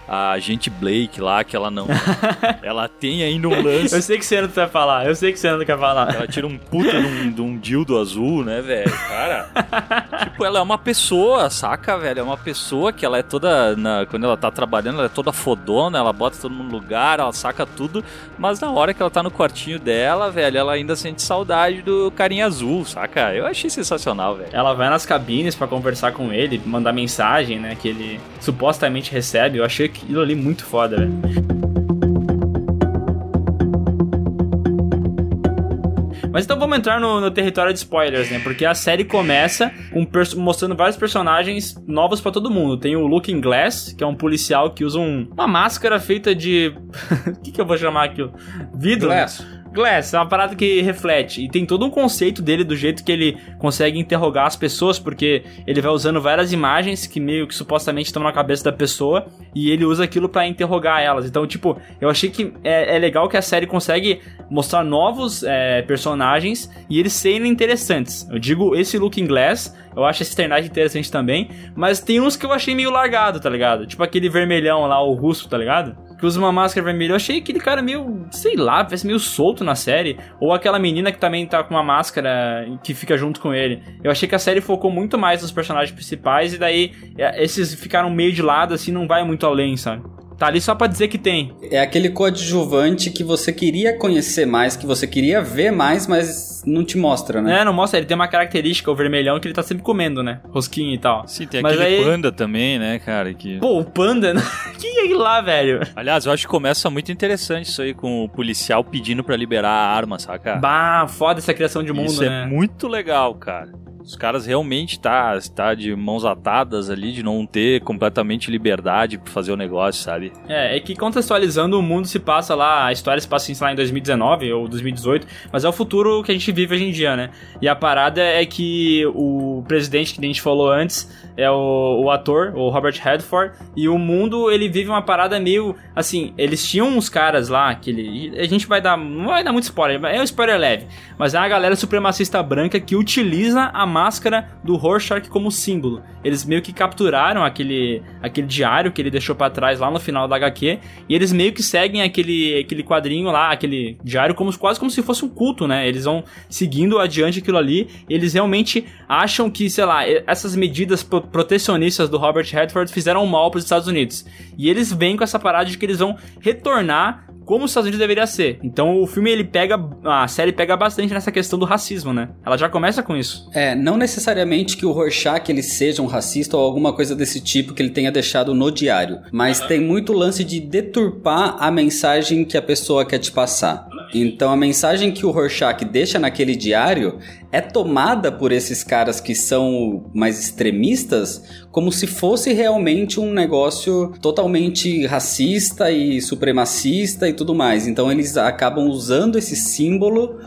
a agente Blake lá, que ela não... ela tem ainda um lance... Eu sei que você não quer falar, Ela tira um puta de um dildo azul, né, velho? Cara, tipo, ela é uma pessoa, saca, velho? É uma pessoa que ela é toda... quando ela tá trabalhando, ela é toda fodona, ela bota todo mundo no lugar, ela saca tudo, mas na hora que ela tá no quartinho dela, velho, ela ainda sente saudade do carinha azul, saca? Eu achei sensacional, velho. Ela vai nas cabines pra conversar com ele, mandar mensagem, né, que ele supostamente recebe. Eu achei aquilo ali muito foda, velho. Mas então vamos entrar no território de spoilers, né? Porque a série começa mostrando vários personagens novos pra todo mundo. Tem o Looking Glass, que é um policial que usa uma máscara feita de... O que eu vou chamar aqui? Vidro? Glass, é uma parada que reflete. E tem todo um conceito dele, do jeito que ele consegue interrogar as pessoas, porque ele vai usando várias imagens que meio que supostamente estão na cabeça da pessoa, e ele usa aquilo pra interrogar elas. Então, tipo, eu achei que é legal que a série consegue mostrar novos personagens e eles serem interessantes. Eu digo, esse Looking Glass, eu acho esse Stern Knight interessante também, mas tem uns que eu achei meio largado, tá ligado? Tipo aquele vermelhão lá, o russo, tá ligado? Que usa uma máscara vermelha. Eu achei aquele cara meio, sei lá, parece meio solto na série. Ou aquela menina que também tá com uma máscara que fica junto com ele. Eu achei que a série focou muito mais nos personagens principais e daí esses ficaram meio de lado, assim, não vai muito além, sabe? Tá ali só pra dizer que tem. É aquele coadjuvante que você queria conhecer mais, que você queria ver mais, mas não te mostra, né? Não mostra. Ele tem uma característica, o vermelhão, que ele tá sempre comendo, né? Rosquinha e tal. Sim, tem aquele panda também, né, cara? Pô, o panda? Que é aquilo lá, velho? Aliás, eu acho que começa muito interessante isso aí, com o policial pedindo pra liberar a arma, saca? Bah, foda essa criação de mundo, isso né? É muito legal, cara. Os caras realmente tá de mãos atadas ali, de não ter completamente liberdade pra fazer o negócio, sabe? É que contextualizando, o mundo se passa lá, a história se passa lá em 2019 ou 2018, mas é o futuro que a gente vive hoje em dia, né? E a parada é que o presidente que a gente falou antes é o ator, o Robert Redford, e o mundo, ele vive uma parada meio, assim, eles tinham uns caras lá, que a gente não vai dar muito spoiler, é um spoiler leve, mas é uma galera supremacista branca que utiliza a máscara do Rorschach como símbolo. Eles meio que capturaram aquele diário que ele deixou pra trás lá no final da HQ, e eles meio que seguem aquele quadrinho lá, aquele diário quase como se fosse um culto, né? Eles vão seguindo adiante aquilo ali, eles realmente acham que, sei lá, essas medidas protecionistas do Robert Redford fizeram mal pros Estados Unidos. E eles vêm com essa parada de que eles vão retornar como os Estados Unidos deveria ser. Então o filme, a série pega bastante nessa questão do racismo, né? Ela já começa com isso. Não necessariamente que o Rorschach ele seja um racista ou alguma coisa desse tipo que ele tenha deixado no diário, mas tem muito lance de deturpar a mensagem que a pessoa quer te passar. Então a mensagem que o Rorschach deixa naquele diário é tomada por esses caras que são mais extremistas como se fosse realmente um negócio totalmente racista e supremacista e tudo mais. Então eles acabam usando esse símbolo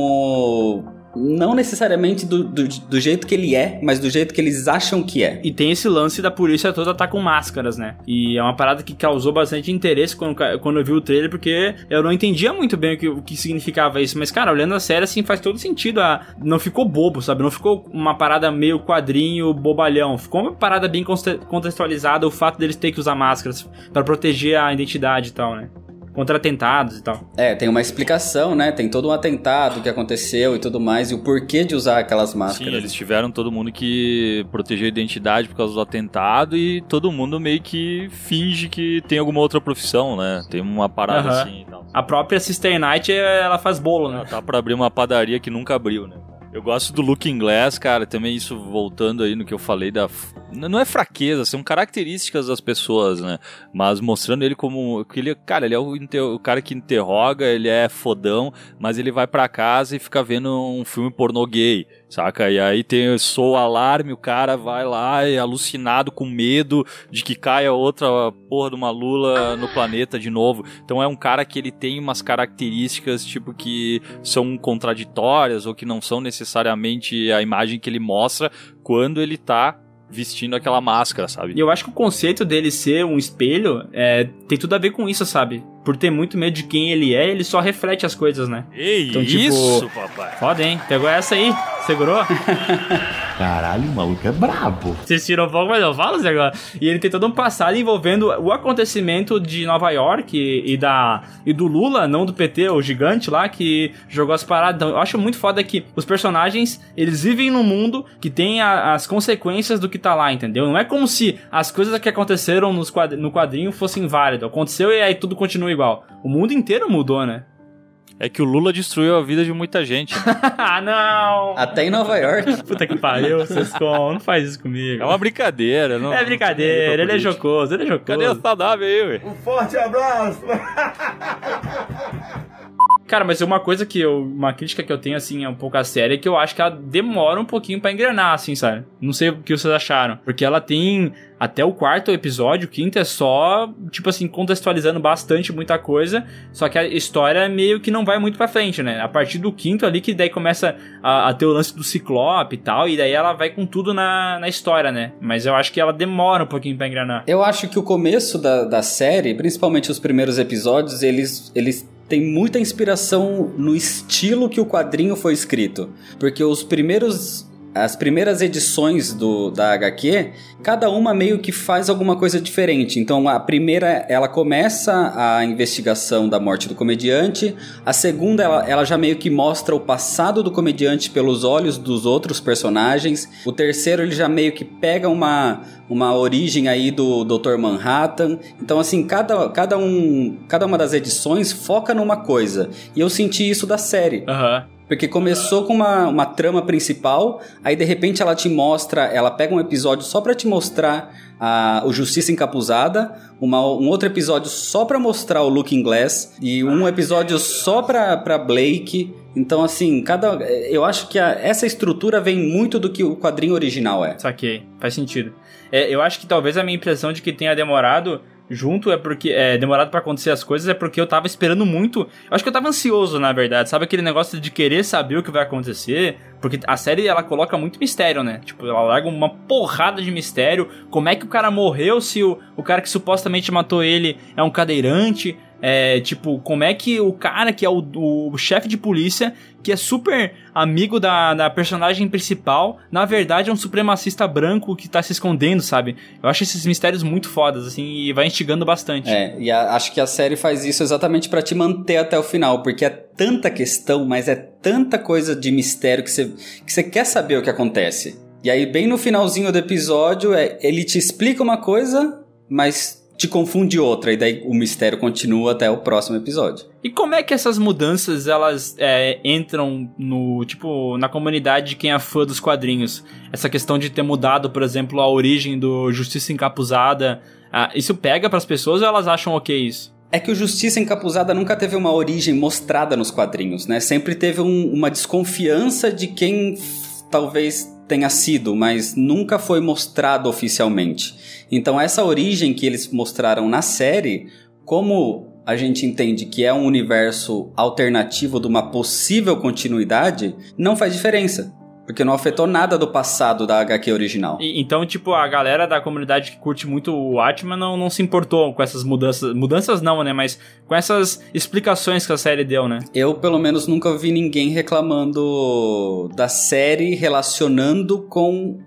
como... não necessariamente do jeito que ele é, mas do jeito que eles acham que é. E tem esse lance da polícia toda tá com máscaras, né? E é uma parada que causou bastante interesse quando eu vi o trailer, porque eu não entendia muito bem o que significava isso. Mas, cara, olhando a série, assim, faz todo sentido. Não ficou bobo, sabe? Não ficou uma parada meio quadrinho, bobalhão. Ficou uma parada bem contextualizada, o fato deles terem que usar máscaras pra proteger a identidade e tal, né? Contra atentados e tal. Tem uma explicação, né? Tem todo um atentado que aconteceu e tudo mais, e o porquê de usar aquelas máscaras. Sim, eles tiveram todo mundo que proteger a identidade por causa do atentado, e todo mundo meio que finge que tem alguma outra profissão, né? Tem uma parada assim e tal. A própria Sister Knight, ela faz bolo, né? Ela tá pra abrir uma padaria que nunca abriu, né? Eu gosto do Looking Glass, cara, também isso voltando aí no que eu falei não é fraqueza, são características das pessoas, né? Mas mostrando ele como... ele é o cara que interroga, ele é fodão, mas ele vai pra casa e fica vendo um filme pornô gay, saca? E aí soa o alarme, o cara vai lá e alucinado, com medo de que caia outra porra de uma lula no planeta de novo. Então é um cara que ele tem umas características, tipo, que são contraditórias ou que não são necessariamente a imagem que ele mostra quando ele tá vestindo aquela máscara, sabe? E eu acho que o conceito dele ser um espelho tem tudo a ver com isso, sabe? por ter muito medo de quem ele é, ele só reflete as coisas, né? Então, isso, papai. Foda, hein? Pegou essa aí? Segurou? Caralho, o maluco é brabo. Vocês tiram um pouco, mas eu falo assim agora. E ele tem todo um passado envolvendo o acontecimento de Nova York e do Lula, não do PT, o gigante lá, que jogou as paradas. Então, eu acho muito foda que os personagens, eles vivem num mundo que tem as consequências do que tá lá, entendeu? Não é como se as coisas que aconteceram no quadrinho fossem válidas. Aconteceu e aí tudo continua igual. O mundo inteiro mudou, né? É que o Lula destruiu a vida de muita gente. Né? Ah, não! Até em Nova York. Puta que pariu, Sescom, não faz isso comigo. É uma brincadeira. Não, é brincadeira, ele é jocoso, Cadê a saudável aí, ué? Um forte abraço! Cara, mas uma crítica que eu tenho, assim, é um pouco a série, é que eu acho que ela demora um pouquinho pra engrenar, assim, sabe? Não sei o que vocês acharam. Porque ela tem até o 4º episódio, o 5º é só, tipo assim, contextualizando bastante muita coisa, só que a história meio que não vai muito pra frente, né? A partir do 5º ali, que daí começa a ter o lance do Ciclope e tal, e daí ela vai com tudo na história, né? Mas eu acho que ela demora um pouquinho pra engrenar. Eu acho que o começo da série, principalmente os primeiros episódios, eles tem muita inspiração no estilo que o quadrinho foi escrito. Porque as primeiras edições da HQ, cada uma meio que faz alguma coisa diferente. Então a primeira, ela começa a investigação da morte do comediante. A segunda, ela já meio que mostra o passado do comediante pelos olhos dos outros personagens. O terceiro, ele já meio que pega uma origem aí do Dr. Manhattan. Então assim, cada uma das edições foca numa coisa. E eu senti isso da série. Porque começou com uma trama principal, aí de repente ela pega um episódio só pra te mostrar o Justiça Encapuzada, um outro episódio só pra mostrar o Looking Glass, e um episódio só pra Blake. Então assim, eu acho que essa estrutura vem muito do que o quadrinho original é. Saquei, faz sentido. Eu acho que talvez a minha impressão de que tenha demorado junto é porque demorado pra acontecer as coisas, é porque eu tava esperando muito. Eu acho que eu tava ansioso, na verdade, sabe, aquele negócio de querer saber o que vai acontecer, porque a série, ela coloca muito mistério, né, tipo, ela larga uma porrada de mistério. Como é que o cara morreu se o cara que supostamente matou ele é um cadeirante? Tipo, como é que o cara que é o chefe de polícia, que é super amigo da personagem principal, na verdade é um supremacista branco que tá se escondendo, sabe? Eu acho esses mistérios muito fodas, assim, e vai instigando bastante. E acho que a série faz isso exatamente pra te manter até o final, porque é tanta questão, mas é tanta coisa de mistério que você quer saber o que acontece. E aí, bem no finalzinho do episódio, ele te explica uma coisa, mas te confunde outra, e daí o mistério continua até o próximo episódio. E como é que essas mudanças, elas entram na comunidade de quem é fã dos quadrinhos? Essa questão de ter mudado, por exemplo, a origem do Justiça Encapuzada, isso pega pras pessoas ou elas acham ok isso? É que o Justiça Encapuzada nunca teve uma origem mostrada nos quadrinhos, né? Sempre teve uma desconfiança de quem talvez tenha sido, mas nunca foi mostrado oficialmente. Então essa origem que eles mostraram na série, como a gente entende que é um universo alternativo de uma possível continuidade, não faz diferença. Porque não afetou nada do passado da HQ original. Então, tipo, a galera da comunidade que curte muito o Watchmen não se importou com essas mudanças. Mudanças não, né? Mas com essas explicações que a série deu, né? Eu, pelo menos, nunca vi ninguém reclamando da série relacionando com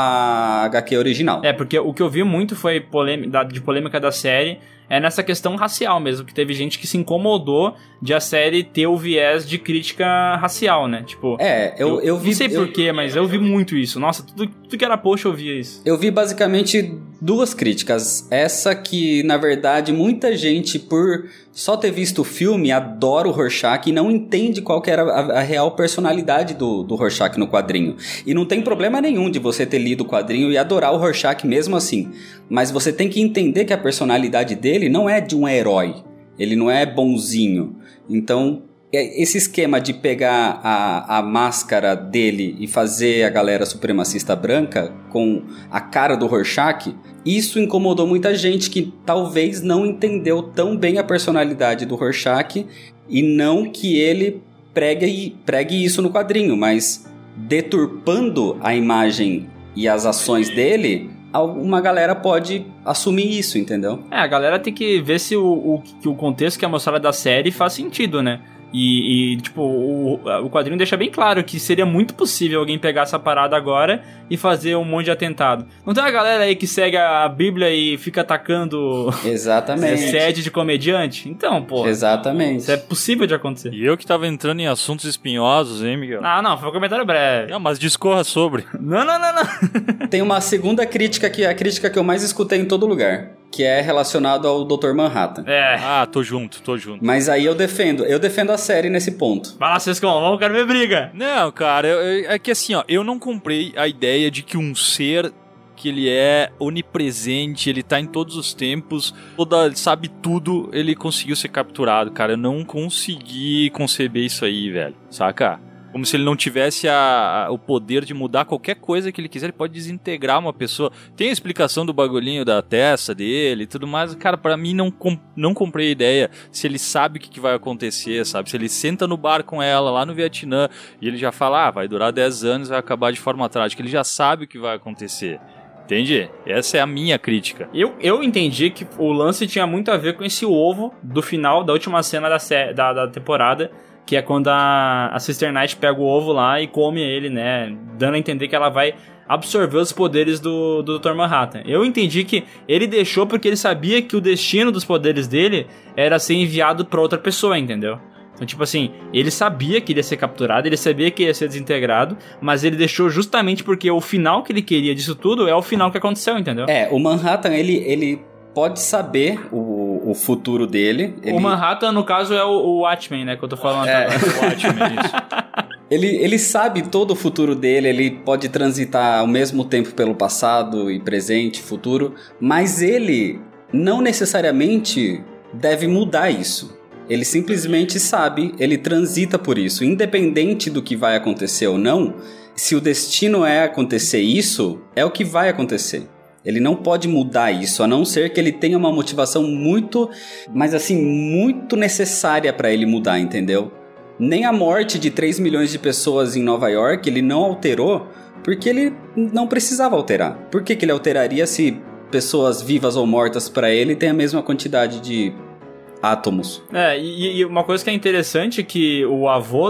a HQ original. Porque o que eu vi muito foi de polêmica da série nessa questão racial mesmo, que teve gente que se incomodou de a série ter o viés de crítica racial, né? Tipo, eu vi... Não sei porquê, mas eu vi muito isso. Nossa, tudo que era post eu via isso. Eu vi basicamente duas críticas. Essa que, na verdade, muita gente, por só ter visto o filme, adora o Rorschach e não entende qual que era a real personalidade do Rorschach no quadrinho. E não tem problema nenhum de você ter lido o quadrinho e adorar o Rorschach mesmo assim. Mas você tem que entender que a personalidade dele não é de um herói. Ele não é bonzinho. Então, esse esquema de pegar a máscara dele e fazer a galera supremacista branca com a cara do Rorschach, isso incomodou muita gente que talvez não entendeu tão bem a personalidade do Rorschach e não que ele pregue isso no quadrinho, mas deturpando a imagem e as ações dele uma galera pode assumir isso, entendeu? A galera tem que ver se o contexto que é mostrado da série faz sentido, né? E tipo, o quadrinho deixa bem claro que seria muito possível alguém pegar essa parada agora e fazer um monte de atentado. Não tem uma galera aí que segue a Bíblia e fica atacando... Exatamente. Sede de comediante? Então, pô. Exatamente. Isso é possível de acontecer. E eu que tava entrando em assuntos espinhosos, hein, Miguel? Não, foi um comentário breve. Não, mas discorra sobre. Não. Tem uma segunda crítica que é a crítica que eu mais escutei em todo lugar, que é relacionado ao Dr. Manhattan. Tô junto. Mas aí eu defendo a série nesse ponto. Vai lá, Sescon, vamos, quero ver briga. Não, cara, é que assim, ó, eu não comprei a ideia de que um ser que ele é onipresente, ele tá em todos os tempos, ele sabe tudo, ele conseguiu ser capturado, cara. Eu não consegui conceber isso aí, velho, saca? Como se ele não tivesse o poder de mudar qualquer coisa que ele quiser. Ele pode desintegrar uma pessoa. Tem a explicação do bagulhinho da testa dele e tudo mais. Cara, pra mim não comprei a ideia se ele sabe o que vai acontecer, sabe? Se ele senta no bar com ela lá no Vietnã e ele já fala, vai durar 10 anos, vai acabar de forma trágica. Ele já sabe o que vai acontecer. Entende? Essa é a minha crítica. Eu entendi que o lance tinha muito a ver com esse ovo do final da última cena da temporada, que é quando a Sister Night pega o ovo lá e come ele, né? Dando a entender que ela vai absorver os poderes do Dr. Manhattan. Eu entendi que ele deixou porque ele sabia que o destino dos poderes dele era ser enviado pra outra pessoa, entendeu? Então, tipo assim, ele sabia que ele ia ser capturado, ele sabia que ia ser desintegrado, mas ele deixou justamente porque o final que ele queria disso tudo é o final que aconteceu, entendeu? O Manhattan, ele pode saber o futuro dele. O Manhattan, no caso, é o Watchmen, né, que eu tô falando. O Watchmen, isso. Ele sabe todo o futuro dele, ele pode transitar ao mesmo tempo pelo passado e presente, futuro, mas ele não necessariamente deve mudar isso. Ele simplesmente sabe, ele transita por isso. Independente do que vai acontecer ou não, se o destino é acontecer isso, é o que vai acontecer. Ele não pode mudar isso, a não ser que ele tenha uma motivação muito, mas assim, muito necessária para ele mudar, entendeu? Nem a morte de 3 milhões de pessoas em Nova York ele não alterou, porque ele não precisava alterar. Por que ele alteraria se pessoas vivas ou mortas para ele têm a mesma quantidade de átomos? E uma coisa que é interessante é que o avô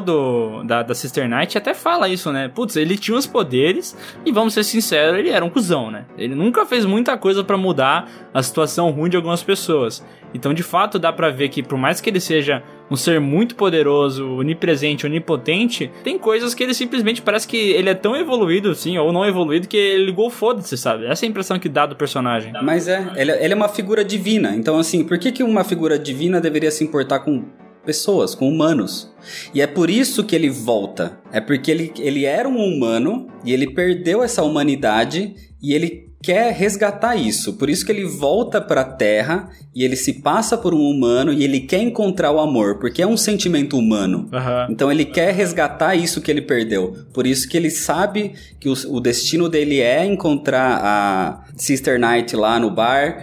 da Sister Night até fala isso, né? Putz, ele tinha os poderes e, vamos ser sinceros, ele era um cuzão, né? Ele nunca fez muita coisa pra mudar a situação ruim de algumas pessoas. Então, de fato, dá pra ver que, por mais que ele seja um ser muito poderoso, onipresente, onipotente, tem coisas que ele simplesmente parece que ele é tão evoluído, assim, ou não evoluído, que ele ligou foda-se, sabe? Essa é a impressão que dá do personagem. Mas ele é uma figura divina. Então, assim, por que uma figura divina deveria se importar com pessoas, com humanos? E é por isso que ele volta. É porque ele era um humano e ele perdeu essa humanidade e ele quer resgatar isso. Por isso que ele volta pra Terra e ele se passa por um humano e ele quer encontrar o amor, porque é um sentimento humano. Uhum. Então ele quer resgatar isso que ele perdeu. Por isso que ele sabe que o destino dele é encontrar a Sister Night lá no bar,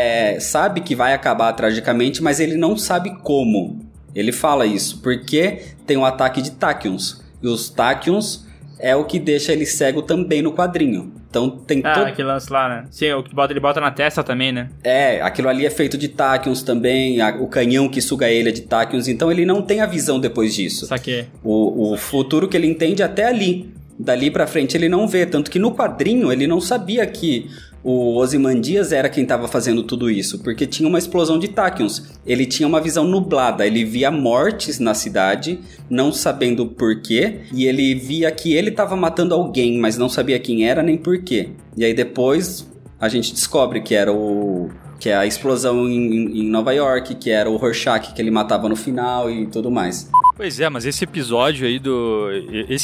sabe que vai acabar tragicamente, mas ele não sabe como. Ele fala isso, porque tem um ataque de Tachyons. E os Tachyons é o que deixa ele cego também no quadrinho. Então tem aquele lance lá, né? Sim, o que ele bota na testa também, né? Aquilo ali é feito de Tachyons também, o canhão que suga ele é de Tachyons, então ele não tem a visão depois disso. Saquei. O futuro que ele entende até ali. Dali pra frente ele não vê, tanto que no quadrinho ele não sabia que o Ozymandias era quem estava fazendo tudo isso, porque tinha uma explosão de Tachyons. Ele tinha uma visão nublada, ele via mortes na cidade, não sabendo porquê, e ele via que ele estava matando alguém, mas não sabia quem era nem porquê. E aí depois a gente descobre que era que é a explosão em Nova York, que era o Rorschach que ele matava no final e tudo mais. Pois é, mas esse episódio aí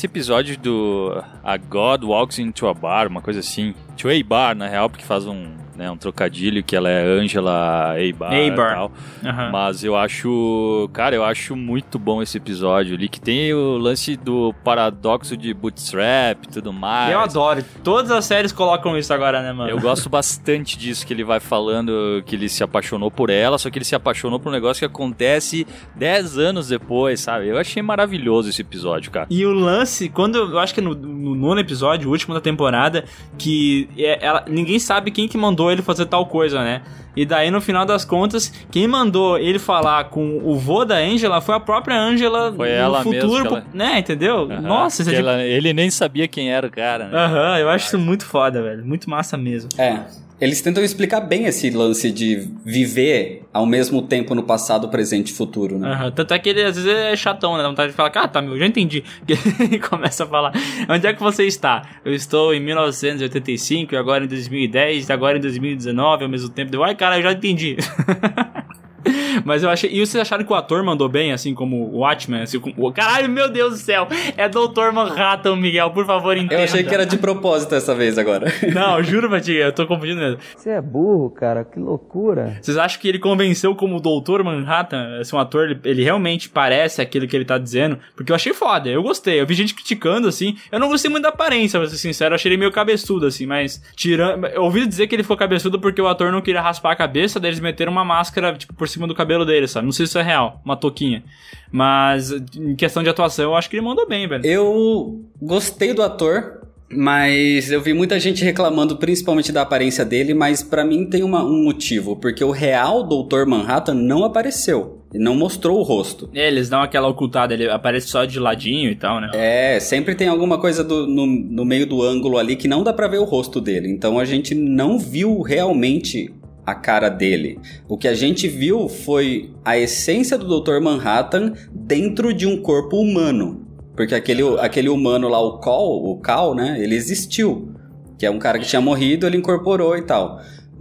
A God Walks into a Bar, uma coisa assim. To a Bar, na real, porque faz um né, um trocadilho, que ela é Angela Abar e tal. Mas eu acho muito bom esse episódio ali, que tem o lance do paradoxo de Bootstrap e tudo mais. Eu adoro. Todas as séries colocam isso agora, né, mano? Eu gosto bastante disso, que ele vai falando que ele se apaixonou por ela, só que ele se apaixonou por um negócio que acontece 10 anos depois, sabe? Eu achei maravilhoso esse episódio, cara. E o lance, quando eu acho que no nono episódio, o último da temporada, que ninguém sabe quem que mandou ele fazer tal coisa, né? E daí, no final das contas, quem mandou ele falar com o vô da Angela foi a própria Angela foi ela futuro, mesmo, né? Entendeu? Nossa, isso ele nem sabia quem era o cara, né? Eu acho isso muito foda, velho. Muito massa mesmo. Eles tentam explicar bem esse lance de viver ao mesmo tempo no passado, presente e futuro, né? Tanto é que ele às vezes é chatão, né? Dá vontade de falar, tá, meu, já entendi. Ele começa a falar, onde é que você está? Eu estou em 1985, e agora em 2010, e agora em 2019, ao mesmo tempo. Ai, cara, eu já entendi. Mas eu achei... E vocês acharam que o ator mandou bem, assim, como o Watchmen? Assim, caralho, meu Deus do céu! É Dr. Manhattan, Miguel, por favor, entenda. Eu achei que era de propósito essa vez agora. Não, juro pra ti, eu tô confundindo mesmo. Você é burro, cara, que loucura. Vocês acham que ele convenceu como o Dr. Manhattan? Assim, um ator, ele realmente parece aquilo que ele tá dizendo? Porque eu achei foda, eu gostei. Eu vi gente criticando, assim. Eu não gostei muito da aparência, pra ser sincero. Eu achei ele meio cabeçudo, assim, mas... Eu ouvi dizer que ele ficou cabeçudo porque o ator não queria raspar a cabeça, daí eles meteram uma máscara, tipo, por cima do cabelo dele, sabe? Não sei se isso é real, uma touquinha. Mas, em questão de atuação, eu acho que ele mandou bem, velho. Eu gostei do ator, mas eu vi muita gente reclamando principalmente da aparência dele, mas pra mim tem um motivo, porque o real Dr. Manhattan não apareceu. Ele não mostrou o rosto. Eles dão aquela ocultada, ele aparece só de ladinho e tal, né? Sempre tem alguma coisa no meio do ângulo ali que não dá pra ver o rosto dele. Então a gente não viu realmente a cara dele. O que a gente viu foi a essência do Dr. Manhattan dentro de um corpo humano. Porque aquele humano lá, o Cal, né? Ele existiu. Que é um cara que tinha morrido, ele incorporou e tal.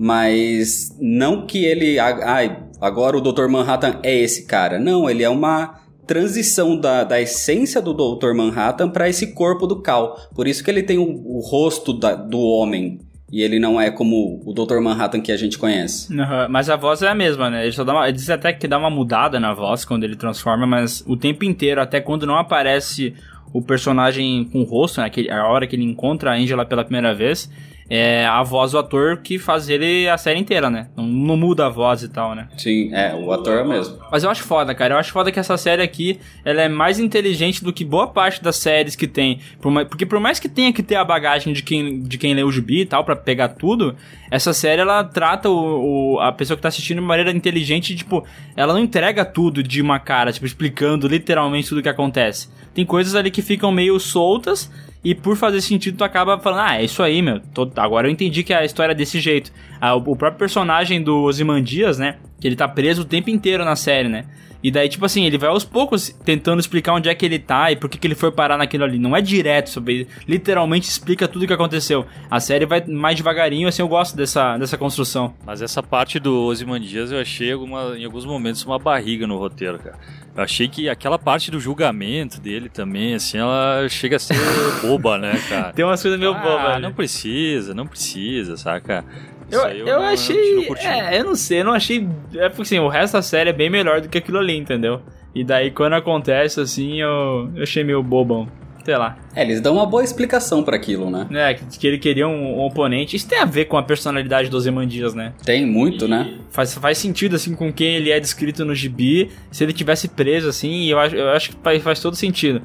Mas não que ele... agora o Dr. Manhattan é esse cara. Não, ele é uma transição da essência do Dr. Manhattan para esse corpo do Cal. Por isso que ele tem o rosto do homem. E ele não é como o Dr. Manhattan que a gente conhece. Mas a voz é a mesma, né? Ele diz até que dá uma mudada na voz quando ele transforma, mas o tempo inteiro, até quando não aparece o personagem com o rosto, né? A hora que ele encontra a Angela pela primeira vez, é a voz do ator que faz ele a série inteira, né? Não muda a voz e tal, né? Sim, o ator é o mesmo. Mas eu acho foda, cara. Eu acho foda que essa série aqui, ela é mais inteligente do que boa parte das séries que tem. Porque por mais que tenha que ter a bagagem de quem lê o gibi e tal, pra pegar tudo, essa série, ela trata a pessoa que tá assistindo de maneira inteligente, tipo, ela não entrega tudo de uma cara, tipo, explicando literalmente tudo o que acontece. Tem coisas ali que ficam meio soltas, e por fazer sentido, tu acaba falando, é isso aí, meu, agora eu entendi que a história é desse jeito. O próprio personagem do Ozymandias, né, que ele tá preso o tempo inteiro na série, né, e daí, tipo assim, ele vai aos poucos tentando explicar onde é que ele tá e por que ele foi parar naquilo ali. Não é direto sobre, literalmente explica tudo o que aconteceu. A série vai mais devagarinho, assim, eu gosto dessa construção. Mas essa parte do Ozymandias eu achei em alguns momentos uma barriga no roteiro, cara. Eu achei que aquela parte do julgamento dele também, assim, ela chega a ser boba, né, cara? Tem umas coisas meio bobas, né? Não precisa, saca? Eu achei... eu não sei, eu não achei... É porque, assim, o resto da série é bem melhor do que aquilo ali, entendeu? E daí, quando acontece, assim, eu achei meio bobão. Sei lá. Eles dão uma boa explicação pra aquilo, né? Que ele queria um oponente. Isso tem a ver com a personalidade do Ozymandias, né? Tem muito, né? Faz sentido, assim, com quem ele é descrito no gibi. Se ele tivesse preso, assim, eu acho que faz todo sentido.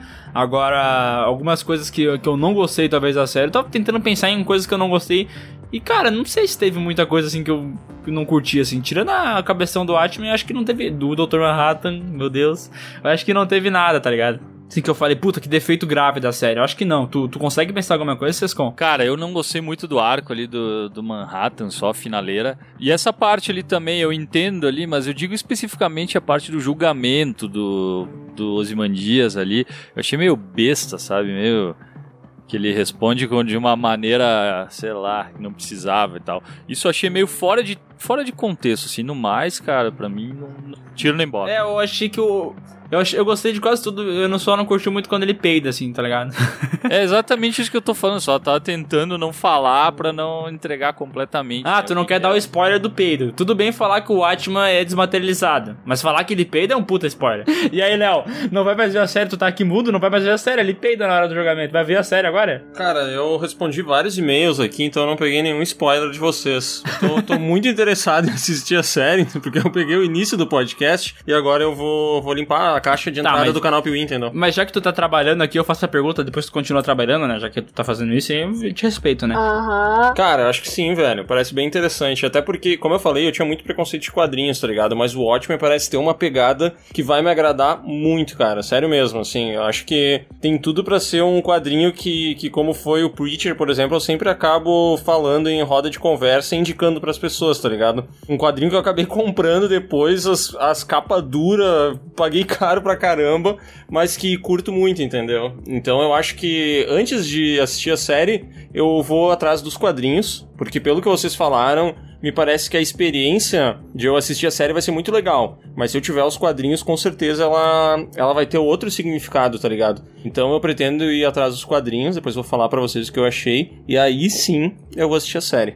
Agora, algumas coisas que eu não gostei, talvez, da série. Eu tava tentando pensar em coisas que eu não gostei. E, cara, não sei se teve muita coisa, assim, que eu não curti, assim. Tirando a cabeção do Watchmen, acho que não teve... Do Dr. Manhattan, meu Deus. Eu acho que não teve nada, tá ligado? Assim que eu falei, puta, que defeito grave da série. Eu acho que não. Tu consegue pensar alguma coisa, Sescon? Cara, eu não gostei muito do arco ali do Manhattan, só a finaleira. E essa parte ali também eu entendo ali, mas eu digo especificamente a parte do julgamento do Ozymandias ali. Eu achei meio besta, sabe? Meio... que ele responde de uma maneira, sei lá, que não precisava e tal. Isso eu achei meio fora de contexto, assim. No mais, cara, pra mim, não tiro nem bota. Eu achei que Eu gostei de quase tudo, eu só não curti muito quando ele peida, assim, tá ligado? É exatamente isso que eu tô falando, só tava tentando não falar pra não entregar completamente. Ah, tu não quer dar o spoiler do peido. Tudo bem falar que o Watchman é desmaterializado, mas falar que ele peida é um puta spoiler. E aí, Léo, não vai mais ver a série, tu tá aqui mudo, não vai mais ver a série, ele peida na hora do julgamento. Vai ver a série agora? Cara, eu respondi vários e-mails aqui, então eu não peguei nenhum spoiler de vocês. Tô muito interessado em assistir a série, porque eu peguei o início do podcast e agora eu vou limpar a caixa de entrada do canal Piuí, entendeu? Mas já que tu tá trabalhando aqui, eu faço a pergunta, depois tu continua trabalhando, né? Já que tu tá fazendo isso, eu te respeito, né? Cara, acho que sim, velho. Parece bem interessante. Até porque, como eu falei, eu tinha muito preconceito de quadrinhos, tá ligado? Mas o Watchmen parece ter uma pegada que vai me agradar muito, cara. Sério mesmo, assim. Eu acho que tem tudo pra ser um quadrinho que como foi o Preacher, por exemplo, eu sempre acabo falando em roda de conversa e indicando pras pessoas, tá ligado? Um quadrinho que eu acabei comprando depois, as capas duras, paguei caro pra caramba, mas que curto muito, entendeu? Então eu acho que antes de assistir a série, eu vou atrás dos quadrinhos, porque pelo que vocês falaram, me parece que a experiência de eu assistir a série vai ser muito legal. Mas se eu tiver os quadrinhos, com certeza ela vai ter outro significado, tá ligado? Então eu pretendo ir atrás dos quadrinhos, depois eu vou falar pra vocês o que eu achei, e aí sim eu vou assistir a série.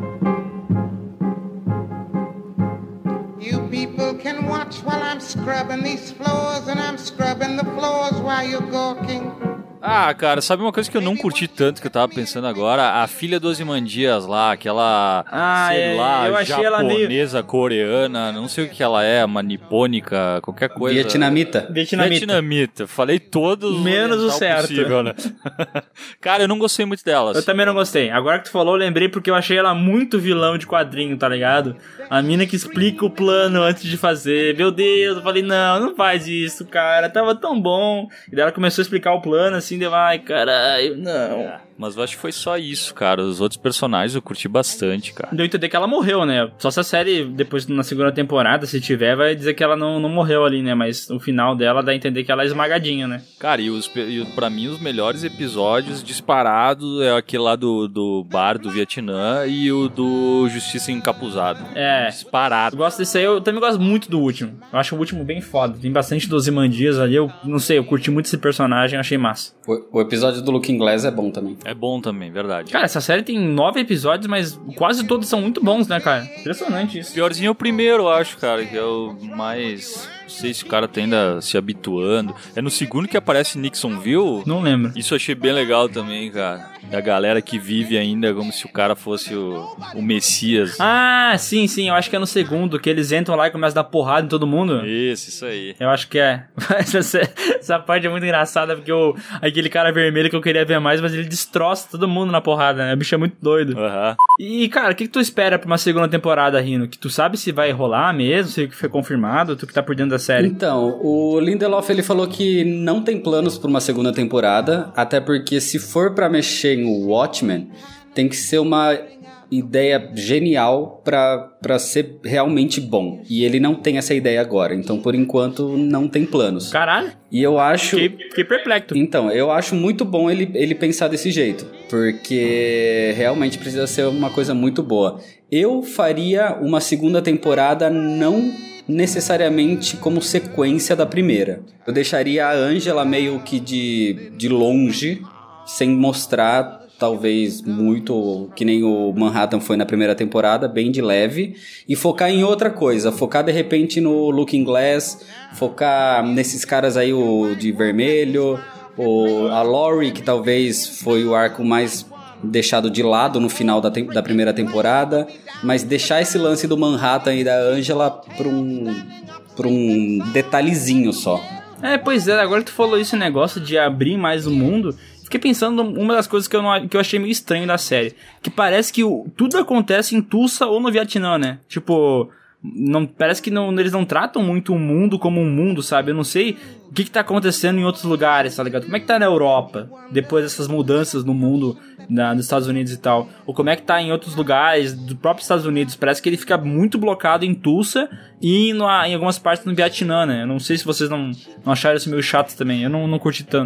You people can watch while I'm scrubbing these floors, and I'm scrubbing the floors while you're gawking. Ah, cara, sabe uma coisa que eu não curti tanto que eu tava pensando agora? A filha do Ozymandias lá, aquela, sei lá, eu achei japonesa, ela meio... coreana, não sei o que ela é, uma nipônica, qualquer coisa. Vietnamita. Falei todos menos o certo. Possível, né? Cara, eu não gostei muito delas. Eu também não gostei. Agora que tu falou, eu lembrei porque eu achei ela muito vilão de quadrinho, tá ligado? A mina que explica o plano antes de fazer. Meu Deus, eu falei, não faz isso, cara. Tava tão bom. E daí ela começou a explicar o plano assim, deu, ai, caralho, não. Mas eu acho que foi só isso, cara. Os outros personagens eu curti bastante, cara. Deu a entender que ela morreu, né? Só se a série, depois na segunda temporada, se tiver, vai dizer que ela não morreu ali, né? Mas o final dela dá a entender que ela é esmagadinha, né? Cara, e pra mim os melhores episódios disparados é aquele lá do bar do Vietnã e o do Justiça Encapuzado. É. Disparado. Eu gosto desse aí, eu também gosto muito do último. Eu acho o último bem foda. Tem bastante dos Ozymandias ali, eu não sei, eu curti muito esse personagem, eu achei massa. O episódio do Looking Glass é bom também. É bom também, verdade. Cara, essa série tem 9 episódios, mas quase todos são muito bons, né, cara? Impressionante isso. Piorzinho é o primeiro, eu acho, cara, que é o mais... Não sei se o cara tá ainda se habituando. É no segundo que aparece Nixonville? Não lembro. Isso eu achei bem legal também, cara. Da galera que vive ainda como se o cara fosse o Messias. Ah, sim, eu acho que é no segundo, que eles entram lá e começam a dar porrada em todo mundo. Isso aí. Eu acho que é. Essa parte é muito engraçada, porque aquele cara vermelho que eu queria ver mais, mas ele destroça todo mundo na porrada, né? O bicho é muito doido. Uhum. E, cara, o que tu espera pra uma segunda temporada, Rino? Que tu sabe se vai rolar mesmo, se foi confirmado, tu que tá por dentro da série? Então, o Lindelof, ele falou que não tem planos pra uma segunda temporada, até porque se for pra mexer em Watchmen, tem que ser uma ideia genial pra ser realmente bom. E ele não tem essa ideia agora, então por enquanto não tem planos. Caralho! E eu acho... Fiquei perplexo. Então, eu acho muito bom ele pensar desse jeito, porque realmente precisa ser uma coisa muito boa. Eu faria uma segunda temporada não necessariamente como sequência da primeira. Eu deixaria a Angela meio que de longe, sem mostrar talvez muito, que nem o Manhattan foi na primeira temporada, bem de leve, e focar em outra coisa, focar de repente no Looking Glass, focar nesses caras aí, o de vermelho, a Laurie, que talvez foi o arco mais deixado de lado no final da primeira temporada, mas deixar esse lance do Manhattan e da Angela por um detalhezinho só. Pois é, agora que tu falou esse negócio de abrir mais o mundo, fiquei pensando uma das coisas que eu achei meio estranho da série, que parece que tudo acontece em Tulsa ou no Vietnã, né? Tipo, parece que eles não tratam muito o mundo como um mundo, sabe? Eu não sei o que tá acontecendo em outros lugares, tá ligado? Como é que tá na Europa, depois dessas mudanças no mundo, nos Estados Unidos e tal? Ou como é que tá em outros lugares do próprio Estados Unidos? Parece que ele fica muito blocado em Tulsa e em algumas partes no Vietnã, né? Eu não sei se vocês não acharam isso meio chato também, eu não curti tanto.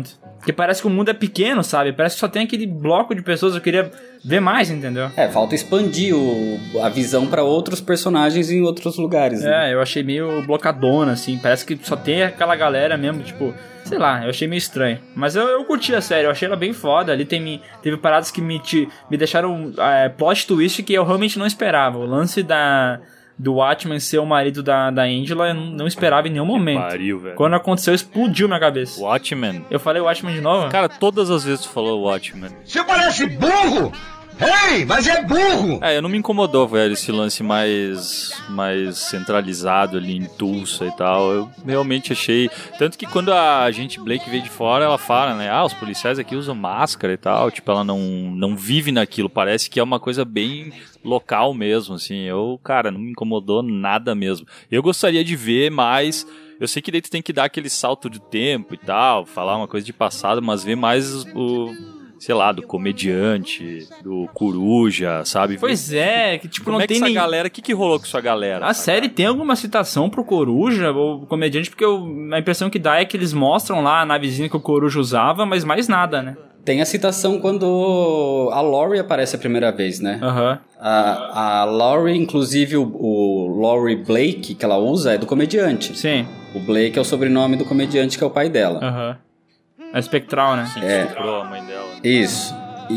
Porque parece que o mundo é pequeno, sabe? Parece que só tem aquele bloco de pessoas, eu queria ver mais, entendeu? Falta expandir a visão pra outros personagens em outros lugares, né? Eu achei meio blocadona, assim, parece que só tem aquela galera mesmo, tipo... Sei lá, eu achei meio estranho. Mas eu curti a série, eu achei ela bem foda. Ali teve paradas que me deixaram plot twist que eu realmente não esperava. O lance do Watchmen ser o marido da Angela, eu não esperava em nenhum momento. Pariu, velho. Quando aconteceu, explodiu minha cabeça. Watchmen? Eu falei Watchmen de novo? Cara, todas as vezes tu falou Watchmen. Você parece burro! Ei, mas é burro! Eu não me incomodou, velho, esse lance mais centralizado ali em Tulsa e tal. Eu realmente achei... Tanto que quando a agente Blake veio de fora, ela fala, né? Os policiais aqui usam máscara e tal. Tipo, ela não vive naquilo. Parece que é uma coisa bem local mesmo, assim. Cara, não me incomodou nada mesmo. Eu gostaria de ver mais... Eu sei que daí tu tem que dar aquele salto de tempo e tal, falar uma coisa de passado, mas ver mais sei lá, do comediante, do coruja, sabe? Pois é, que tipo, como não tem essa galera, o que rolou com essa galera? A série tem alguma citação pro coruja ou comediante, porque a impressão que dá é que eles mostram lá a navezinha que o coruja usava, mas mais nada, né? Tem a citação quando a Laurie aparece a primeira vez, né? Aham. A Laurie, inclusive o Laurie Blake, que ela usa, é do comediante. Sim. O Blake é o sobrenome do comediante, que é o pai dela. Aham. É espectral, né? Sim, estuprou a mãe dela. Isso.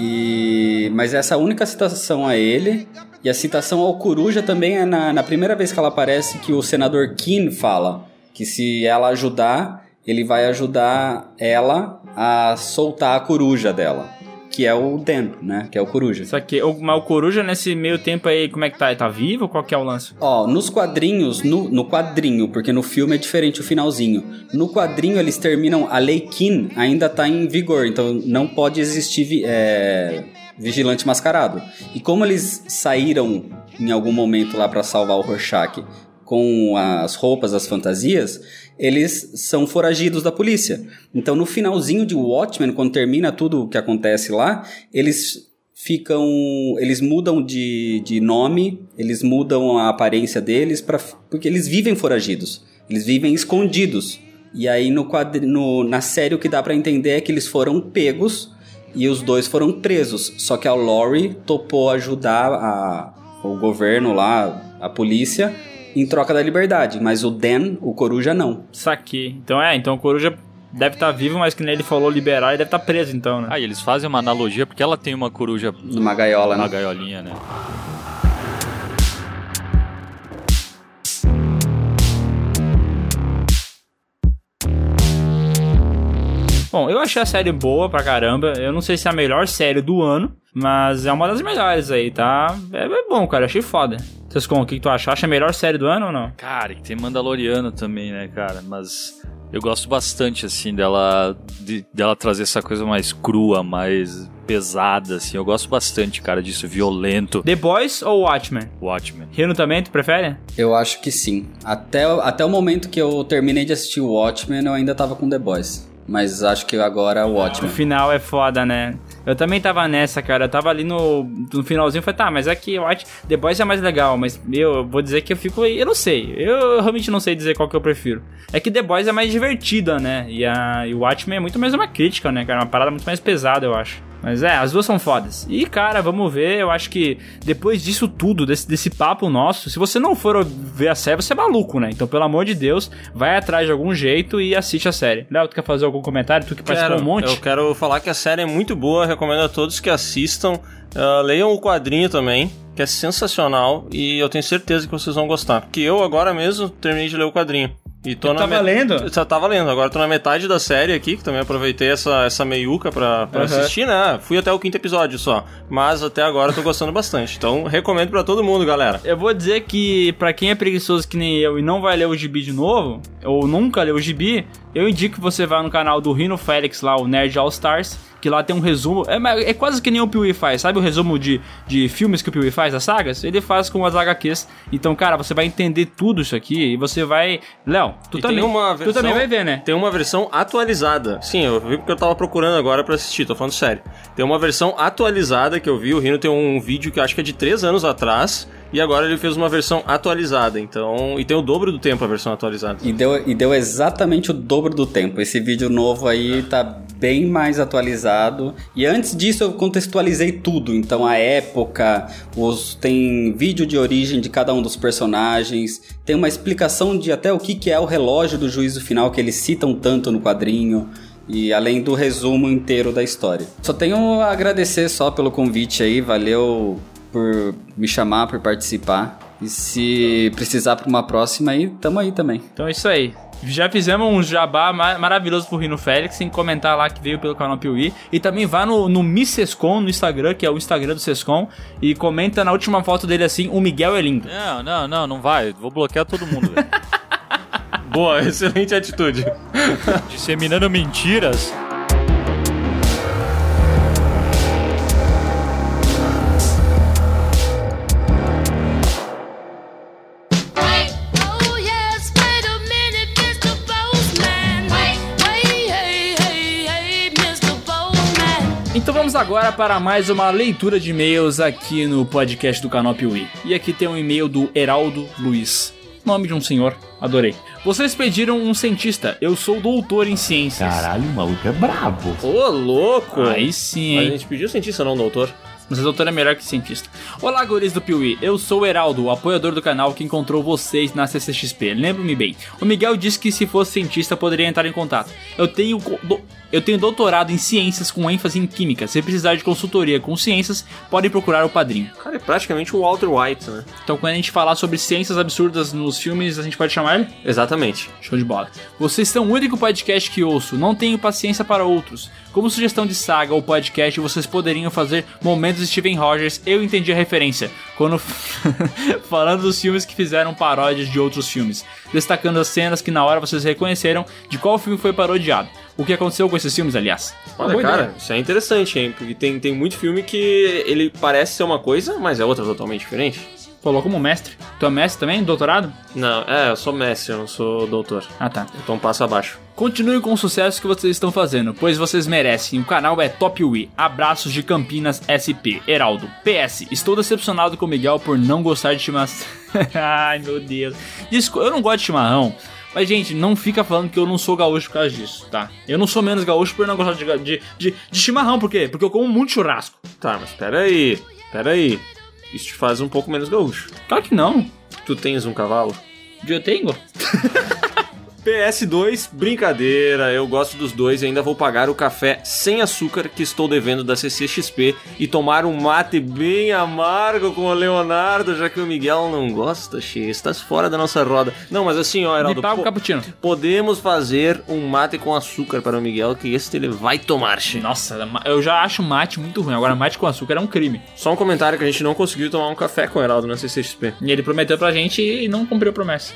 Mas essa única citação a ele, e a citação ao coruja também é na primeira vez que ela aparece, que o senador Keane fala que se ela ajudar, ele vai ajudar ela a soltar a coruja dela, que é o Dan, né? Que é o coruja. Só que mas o coruja nesse meio tempo aí, como é que tá? Ele tá vivo? Qual que é o lance? Nos quadrinhos, no quadrinho, porque no filme é diferente o finalzinho. No quadrinho eles terminam, a Lei Keane ainda tá em vigor, então não pode existir vigilante mascarado. E como eles saíram em algum momento lá pra salvar o Rorschach com as roupas, as fantasias, eles são foragidos da polícia. Então, no finalzinho de Watchmen, quando termina tudo o que acontece lá, eles mudam de nome, eles mudam a aparência deles, porque eles vivem foragidos, eles vivem escondidos. E aí, na série, o que dá pra entender é que eles foram pegos e os dois foram presos. Só que a Laurie topou ajudar o governo lá, a polícia, em troca da liberdade, mas o Dan, o coruja, não. Saquei. Então o coruja deve estar vivo, mas que nem ele falou liberar, ele deve estar preso então, né? E eles fazem uma analogia, porque ela tem uma coruja... Numa gaiola, né? Uma gaiolinha, né? Bom, eu achei a série boa pra caramba. Eu não sei se é a melhor série do ano, mas é uma das melhores aí, tá? É bom, cara, eu achei foda. Sescon, o que tu acha? Acha a melhor série do ano ou não? Cara, que tem Mandaloriano também, né, cara? Mas eu gosto bastante, assim, dela trazer essa coisa mais crua, mais pesada, assim. Eu gosto bastante, cara, disso, violento. The Boys ou Watchmen? Watchmen. Rino também, tu prefere? Eu acho que sim. Até o momento que eu terminei de assistir o Watchmen, eu ainda tava com The Boys. Mas acho que agora o Watchmen. O final é foda, né? Eu também tava nessa, cara. Eu tava ali no finalzinho e falei, tá, mas aqui The Boys é mais legal. Mas eu vou dizer que eu não sei. Eu realmente não sei dizer qual que eu prefiro. É que The Boys é mais divertida, né? E o Watchmen é muito mais uma crítica, né, cara? Uma parada muito mais pesada, eu acho. Mas as duas são fodas. E, cara, vamos ver. Eu acho que depois disso tudo, desse papo nosso, se você não for ver a série, você é maluco, né? Então, pelo amor de Deus, vai atrás de algum jeito e assiste a série. Léo, tu quer fazer algum comentário? Tu que participou um monte? Eu quero falar que a série é muito boa. Recomendo a todos que assistam. Leiam o quadrinho também, que é sensacional. E eu tenho certeza que vocês vão gostar. Porque eu agora mesmo terminei de ler o quadrinho. E tô lendo? Tava lendo. Agora tô na metade da série aqui, que também aproveitei essa meiuca pra assistir, né? Fui até o 5º episódio só. Mas até agora eu tô gostando bastante. Então recomendo pra todo mundo, galera. Eu vou dizer que pra quem é preguiçoso que nem eu e não vai ler o gibi de novo, ou nunca leu o gibi, eu indico que você vá no canal do Rino Félix lá, o Nerd All Stars, que lá tem um resumo, é quase que nem o Piuí faz, sabe o resumo de filmes que o Piuí faz, das sagas? Ele faz com as HQs, então, cara, você vai entender tudo isso aqui e você vai... Léo, tu também vai ver, né? Tem uma versão atualizada, sim, eu vi porque eu tava procurando agora pra assistir, tô falando sério. Tem uma versão atualizada que eu vi, o Rino tem um vídeo que eu acho que é de 3 anos atrás, e agora ele fez uma versão atualizada, então... E tem o dobro do tempo a versão atualizada. E deu exatamente o dobro do tempo. Esse vídeo novo aí tá bem mais atualizado. E antes disso eu contextualizei tudo. Então a época, tem vídeo de origem de cada um dos personagens, tem uma explicação de até o que é o relógio do juízo final que eles citam tanto no quadrinho. E além do resumo inteiro da história. Só tenho a agradecer só pelo convite aí. Valeu por me chamar, por participar. E se precisar para uma próxima aí, tamo aí também. Então é isso aí. Já fizemos um jabá maravilhoso pro Rino Félix, sem comentar lá que veio pelo canal Piuí. E também vá no Miss Sescom no Instagram, que é o Instagram do Sescom, e comenta na última foto dele assim, o Miguel é lindo. Não vai. Vou bloquear todo mundo, velho. Boa, excelente atitude. Disseminando mentiras. Então vamos agora para mais uma leitura de e-mails aqui no podcast do canal Piuí. E aqui tem um e-mail do Heraldo Luiz. Nome de um senhor, adorei. Vocês pediram um cientista, eu sou doutor em ciências. Caralho, o maluco é brabo. Ô, louco! Aí sim, hein? Mas a gente pediu cientista, não doutor. Mas doutor é melhor que cientista. Olá, guris do Piuí, eu sou o Heraldo, o apoiador do canal que encontrou vocês na CCXP. Lembro-me bem, o Miguel disse que se fosse cientista poderia entrar em contato. Eu tenho doutorado em ciências com ênfase em química. Se precisar de consultoria com ciências, podem procurar o padrinho. Cara, é praticamente o Walter White, né? Então quando a gente falar sobre ciências absurdas nos filmes, a gente pode chamar ele? Exatamente. Show de bola. Vocês são o único podcast que ouço, não tenho paciência para outros. Como sugestão de saga ou podcast, vocês poderiam fazer momentos de Steven Rogers. Eu entendi a referência quando falando dos filmes que fizeram paródias de outros filmes, destacando as cenas que na hora vocês reconheceram de qual filme foi parodiado. O que aconteceu com esses filmes, aliás? Olha, cara, isso é interessante, hein? Porque tem muito filme que ele parece ser uma coisa, mas é outra totalmente diferente. Falou como mestre. Tu é mestre também? Doutorado? Não, eu sou mestre, eu não sou doutor. Ah, tá. Então um passo abaixo. Continue com o sucesso que vocês estão fazendo, pois vocês merecem. O canal é Top Wii. Abraços de Campinas SP. Heraldo. PS. Estou decepcionado com o Miguel por não gostar de chimarrão. Ai, meu Deus. Eu não gosto de chimarrão. Mas, gente, não fica falando que eu não sou gaúcho por causa disso, tá? Eu não sou menos gaúcho por não gostar de chimarrão. Por quê? Porque eu como muito churrasco. Tá, mas peraí. Isso te faz um pouco menos gaúcho. Claro que não. Tu tens um cavalo? Eu tenho. PS2, brincadeira, eu gosto dos dois e ainda vou pagar o café sem açúcar que estou devendo da CCXP e tomar um mate bem amargo com o Leonardo, já que o Miguel não gosta, Xê, estás fora da nossa roda. Não, mas assim, ó, Heraldo, me paga o cappuccino. Podemos fazer um mate com açúcar para o Miguel, que esse ele vai tomar, Xê. Nossa, eu já acho mate muito ruim, agora mate com açúcar é um crime. Só um comentário que a gente não conseguiu tomar um café com o Heraldo na CCXP. E ele prometeu pra gente e não cumpriu a promessa.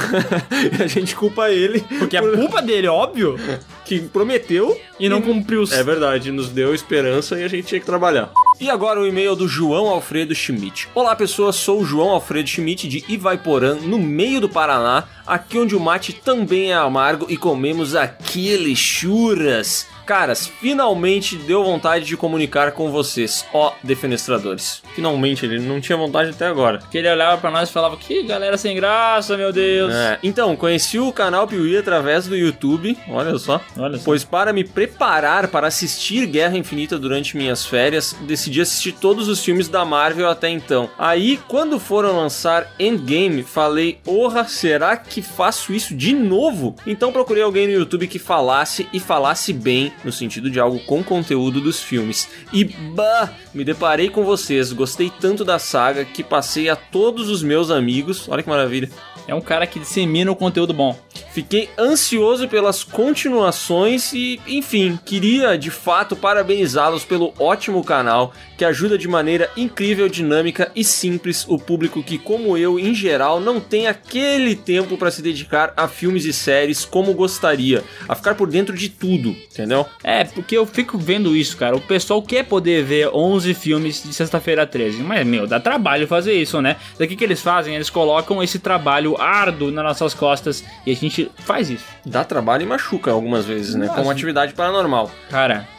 A gente culpa ele. Porque é culpa dele, óbvio. Que prometeu e não cumpriu. É verdade, nos deu esperança e a gente tinha que trabalhar. E agora o e-mail do João Alfredo Schmidt. Olá pessoas, sou o João Alfredo Schmidt de Ivaiporã, no meio do Paraná, aqui onde o mate também é amargo e comemos aqueles churras. Caras, finalmente deu vontade de comunicar com vocês, ó defenestradores. Finalmente, ele não tinha vontade até agora. Porque ele olhava pra nós e falava, que galera sem graça, meu Deus. Então, conheci o canal Piuí através do YouTube, olha só. Pois para me preparar para assistir Guerra Infinita durante minhas férias, decidi assistir todos os filmes da Marvel até então. Aí, quando foram lançar Endgame, falei, orra, será que faço isso de novo? Então procurei alguém no YouTube que falasse bem, no sentido de algo com conteúdo dos filmes. E me deparei com vocês, gostei tanto da saga que passei a todos os meus amigos, olha que maravilha. É um cara que dissemina o conteúdo bom. Fiquei ansioso pelas continuações e, enfim, queria de fato parabenizá-los pelo ótimo canal que ajuda de maneira incrível, dinâmica e simples o público que, como eu, em geral, não tem aquele tempo para se dedicar a filmes e séries como gostaria, a ficar por dentro de tudo, entendeu? Porque eu fico vendo isso, cara. O pessoal quer poder ver 11 filmes de sexta-feira 13, mas, dá trabalho fazer isso, né? Daqui que eles fazem, eles colocam esse trabalho árduo nas nossas costas e a gente faz isso. Dá trabalho e machuca algumas vezes, né? Como atividade paranormal. Cara,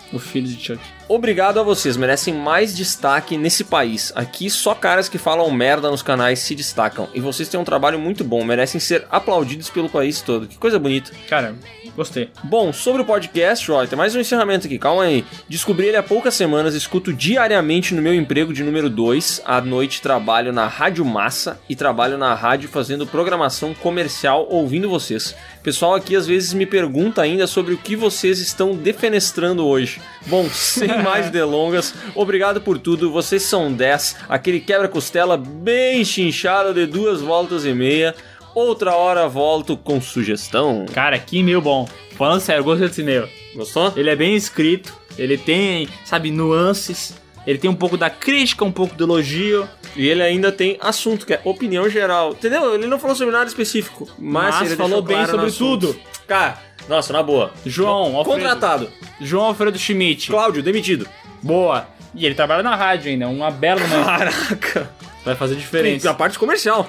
O filho de Chuck. Obrigado a vocês, merecem mais destaque nesse país. Aqui só caras que falam merda nos canais se destacam. E vocês têm um trabalho muito bom, merecem ser aplaudidos pelo país todo. Que coisa bonita. Cara, gostei. Bom, sobre o podcast, ó, tem mais um encerramento aqui, calma aí. Descobri ele há poucas semanas, escuto diariamente no meu emprego de número 2. À noite trabalho na Rádio Massa e trabalho na rádio fazendo programação comercial ouvindo vocês. Pessoal aqui às vezes me pergunta ainda sobre o que vocês estão defenestrando hoje. Bom, sem mais delongas, obrigado por tudo, vocês são 10, aquele quebra-costela bem chinchado de 2 voltas e meia. Outra hora volto com sugestão. Cara, que e-mail bom. Falando sério, eu gostei desse e-mail. Gostou? Ele é bem escrito, ele tem, sabe, nuances, ele tem um pouco da crítica, um pouco do elogio. E ele ainda tem assunto, que é opinião geral. Entendeu? Ele não falou sobre nada específico, mas ele falou bem claro sobre tudo. Cara, nossa, na boa. João Alfredo. Contratado. João Alfredo Schmidt. Cláudio, demitido. Boa. E ele trabalha na rádio ainda, uma bela... Caraca. Vai fazer diferença. A parte comercial.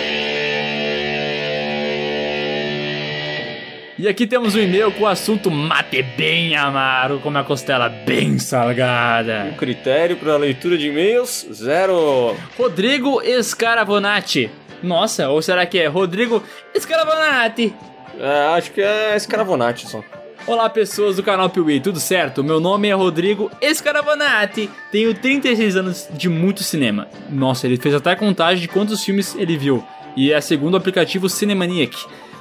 E aqui temos um e-mail com o assunto mate bem amargo, com uma costela bem salgada. O critério para a leitura de e-mails, 0. Rodrigo Scaravonati. Nossa, ou será que é Rodrigo Scaravonati? Acho que é Scaravonati só. Olá pessoas do canal Piuí, tudo certo? Meu nome é Rodrigo Scaravonati, tenho 36 anos de muito cinema. Nossa, ele fez até a contagem de quantos filmes ele viu. E é segundo o aplicativo Cinemaniac.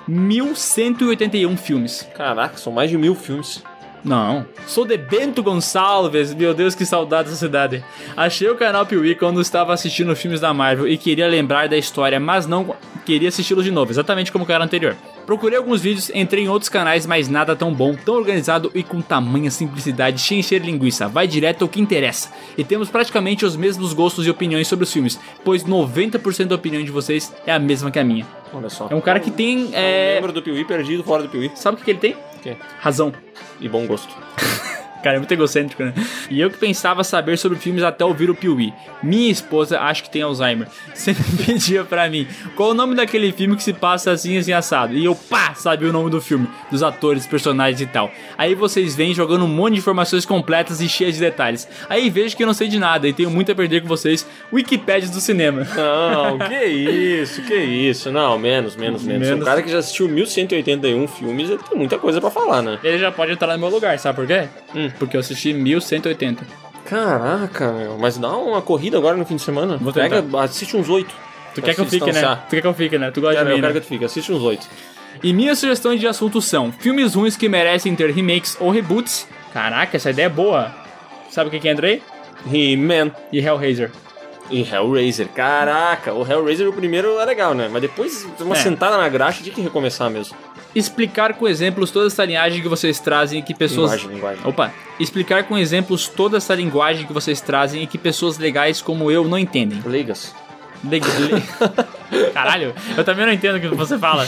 1.181 filmes. Caraca, são mais de 1.000 filmes. Não. Sou de Bento Gonçalves. Meu Deus, que saudade dessa cidade. Achei o canal Piuí quando estava assistindo filmes da Marvel e queria lembrar da história, mas não queria assisti-los de novo, exatamente como o cara anterior. Procurei alguns vídeos, entrei em outros canais, mas nada tão bom, tão organizado e com tamanha simplicidade, sem encher linguiça. Vai direto ao que interessa. E temos praticamente os mesmos gostos e opiniões sobre os filmes, pois 90% da opinião de vocês é a mesma que a minha. Olha só. É um cara que tem... membro do Piuí perdido fora do Piuí. Sabe o que ele tem? O quê? Razão. E bom gosto. Cara, é muito egocêntrico, né? E eu que pensava saber sobre filmes até ouvir o Piuí. Minha esposa, acho que tem Alzheimer, sempre pedia pra mim qual o nome daquele filme que se passa assim, assim, assado. E eu, sabia o nome do filme, dos atores, personagens e tal. Aí vocês vêm jogando um monte de informações completas e cheias de detalhes. Aí vejo que eu não sei de nada e tenho muito a perder com vocês, Wikipédia do cinema. Não, que isso. Não, menos. Um cara que já assistiu 1.181 filmes, ele tem muita coisa pra falar, né? Ele já pode entrar no meu lugar, sabe por quê? Porque eu assisti 1.180. Caraca, meu. Mas dá uma corrida agora no fim de semana. Assiste uns 8. Tu quer que eu fique, né? Tu quer que eu fique, né? Tu gosta de mim, eu quero né? que tu fique. Assiste uns 8. E minhas sugestões de assuntos são filmes ruins que merecem ter remakes ou reboots. Caraca, essa ideia é boa. Sabe o que entra aí? He-Man. E Hellraiser. E Hellraiser. Caraca, o Hellraiser o primeiro é legal, né? Mas depois, uma sentada na graxa, tinha que recomeçar mesmo. Explicar com exemplos toda essa linhagem que vocês trazem e que pessoas... Linguagem. Opa. Explicar com exemplos toda essa linguagem que vocês trazem e que pessoas legais como eu não entendem. Leigas. Caralho, eu também não entendo o que você fala.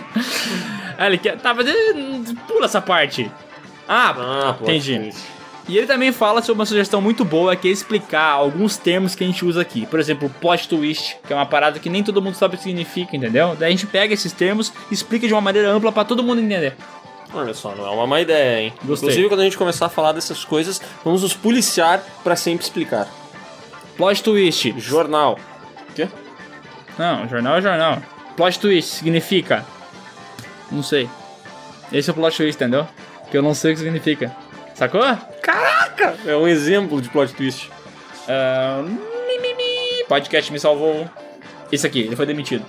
Ele quer... Tá, mas pula essa parte. Entendi. E ele também fala sobre uma sugestão muito boa, que é explicar alguns termos que a gente usa aqui. Por exemplo, plot twist, que é uma parada que nem todo mundo sabe o que significa, entendeu? Daí a gente pega esses termos e explica de uma maneira ampla pra todo mundo entender. Olha só, não é uma má ideia, hein? Gostei. Inclusive, quando a gente começar a falar dessas coisas, vamos nos policiar pra sempre explicar. Plot twist. Jornal. O quê? Não, jornal é jornal. Plot twist significa... Não sei. Esse é o plot twist, entendeu? Que eu não sei o que significa. Sacou? Caraca! É um exemplo de plot twist. Podcast me salvou. Esse aqui, ele foi demitido.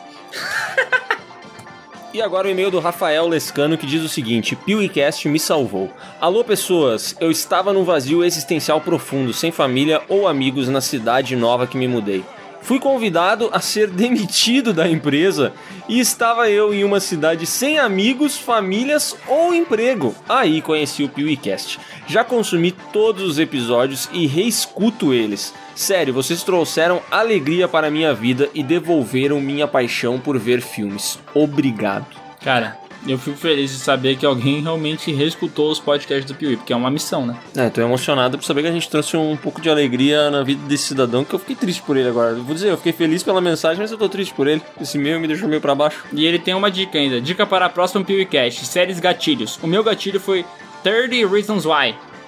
E agora o e-mail do Rafael Lescano, que diz o seguinte: PeeWeeCast me salvou. Alô pessoas, eu estava num vazio existencial profundo, sem família ou amigos na cidade nova que me mudei. Fui convidado a ser demitido da empresa e estava eu em uma cidade sem amigos, famílias ou emprego. Aí conheci o PeeWeeCast. Já consumi todos os episódios e reescuto eles. Sério, vocês trouxeram alegria para a minha vida e devolveram minha paixão por ver filmes. Obrigado. Cara, eu fico feliz de saber que alguém realmente reescutou os podcasts do Piuí, porque é uma missão, né? Tô emocionado por saber que a gente trouxe um pouco de alegria na vida desse cidadão, que eu fiquei triste por ele agora. Vou dizer, eu fiquei feliz pela mensagem, mas eu tô triste por ele. Esse e-mail me deixou meio pra baixo. E ele tem uma dica ainda. Dica para a próxima PeeWeeCast, séries gatilhos. O meu gatilho foi 30 Reasons Why.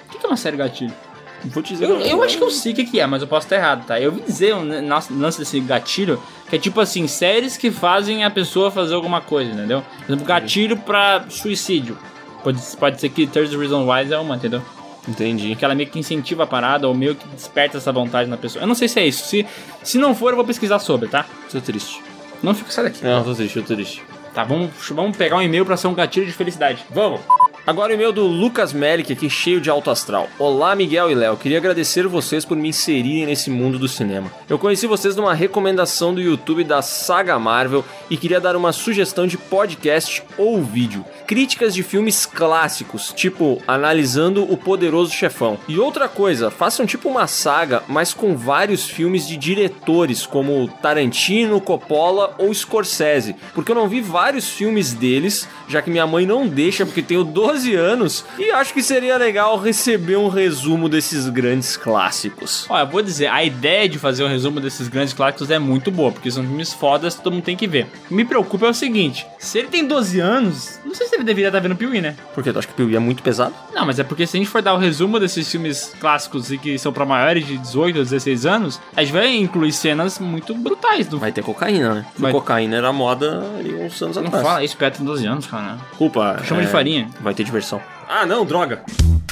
O que é uma série gatilho? Vou te dizer. Eu acho que eu sei o que é, mas eu posso estar errado, tá? Eu vi dizer um lance desse gatilho, que é tipo assim, séries que fazem a pessoa fazer alguma coisa, entendeu? Por exemplo, gatilho pra suicídio. Pode ser que 30 Reasons Why é uma, entendeu? Entendi. Que ela meio que incentiva a parada, ou meio que desperta essa vontade na pessoa. Eu não sei se é isso. Se não for, eu vou pesquisar sobre, tá? Tô triste. Não fica, sai daqui. Não, tô triste. Tá, vamos pegar um e-mail pra ser um gatilho de felicidade. Vamos! Agora o e-mail do Lucas Melick aqui, cheio de alto astral. Olá, Miguel e Léo. Queria agradecer vocês por me inserirem nesse mundo do cinema. Eu conheci vocês numa recomendação do YouTube da Saga Marvel e queria dar uma sugestão de podcast ou vídeo. Críticas de filmes clássicos, tipo Analisando o Poderoso Chefão. E outra coisa, façam tipo uma saga, mas com vários filmes de diretores, como Tarantino, Coppola ou Scorsese. Porque eu não vi vários filmes deles, já que minha mãe não deixa porque tenho 12 anos, e acho que seria legal receber um resumo desses grandes clássicos. Olha, eu vou dizer, a ideia de fazer um resumo desses grandes clássicos é muito boa, porque são filmes fodas que todo mundo tem que ver. O que me preocupa é o seguinte, se ele tem 12 anos, não sei se ele deveria estar vendo Piuí, né? Por quê? Tu acha que Piuí é muito pesado? Não, mas é porque se a gente for dar o resumo desses filmes clássicos e que são pra maiores de 18 ou 16 anos, a gente vai incluir cenas muito brutais. Vai ter cocaína, né? Cocaína era moda ali uns anos atrás. Não fala isso, Pedro tem 12 anos, cara. Culpa. Chama de farinha. Vai ter diversão. Ah, não, droga.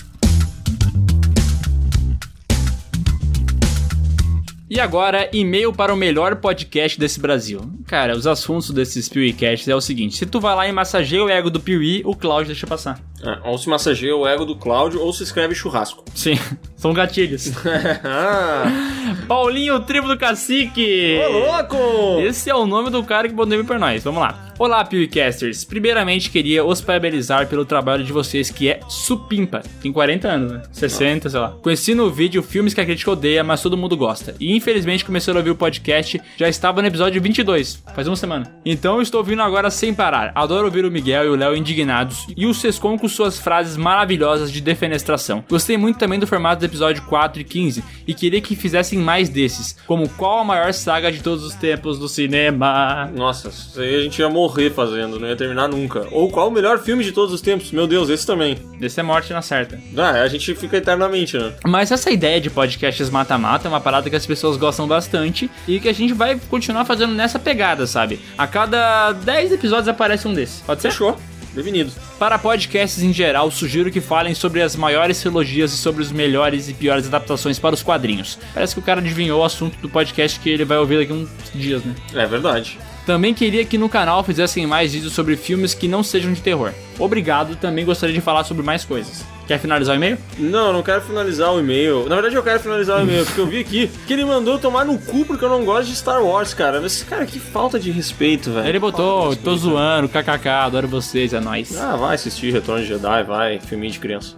E agora, e-mail para o melhor podcast desse Brasil. Cara, os assuntos desses PeeWeeCasts é o seguinte: se tu vai lá e massageia o ego do Piuí, o Cláudio deixa passar. Ou se massageia o ego do Cláudio, ou se escreve churrasco. Sim, são gatilhos. Paulinho, Tribo do Cacique! Ô, louco! Esse é o nome do cara que botou e-mail pra nós. Vamos lá. Olá, PeeWeeCasters. Primeiramente, queria os parabenizar pelo trabalho de vocês, que é supimpa. Tem 40 anos, né? 60, sei lá. Conheci no vídeo filmes que a crítica odeia, mas todo mundo gosta. E infelizmente comecei a ouvir o podcast, já estava no episódio 22, faz uma semana. Então eu estou ouvindo agora sem parar. Adoro ouvir o Miguel e o Léo indignados e o Sescon com suas frases maravilhosas de defenestração. Gostei muito também do formato do episódio 4 e 15 e queria que fizessem mais desses, como qual a maior saga de todos os tempos do cinema. Nossa, isso aí a gente ia morrer fazendo, não ia terminar nunca. Ou qual o melhor filme de todos os tempos? Meu Deus, esse também. Esse é morte na certa. A gente fica eternamente, né? Mas essa ideia de podcasts mata-mata é uma parada que as pessoas gostam bastante e que a gente vai continuar fazendo nessa pegada, sabe? A cada 10 episódios aparece um desses. Pode ser? Fechou. Devenido. Para podcasts em geral, sugiro que falem sobre as maiores trilogias e sobre os melhores e piores adaptações para os quadrinhos. Parece que o cara adivinhou o assunto do podcast que ele vai ouvir daqui a uns dias, né? É verdade. Também queria que no canal fizessem mais vídeos sobre filmes que não sejam de terror. Obrigado, também gostaria de falar sobre mais coisas. Quer finalizar o e-mail? Não quero finalizar o e-mail. Na verdade eu quero finalizar o e-mail, porque eu vi aqui que ele mandou tomar no cu porque eu não gosto de Star Wars, cara. Mas, cara, que falta de respeito, velho. Ele botou, tô zoando, kkk, adoro vocês, é nóis. Ah, vai assistir Retorno de Jedi, vai, filminho de criança.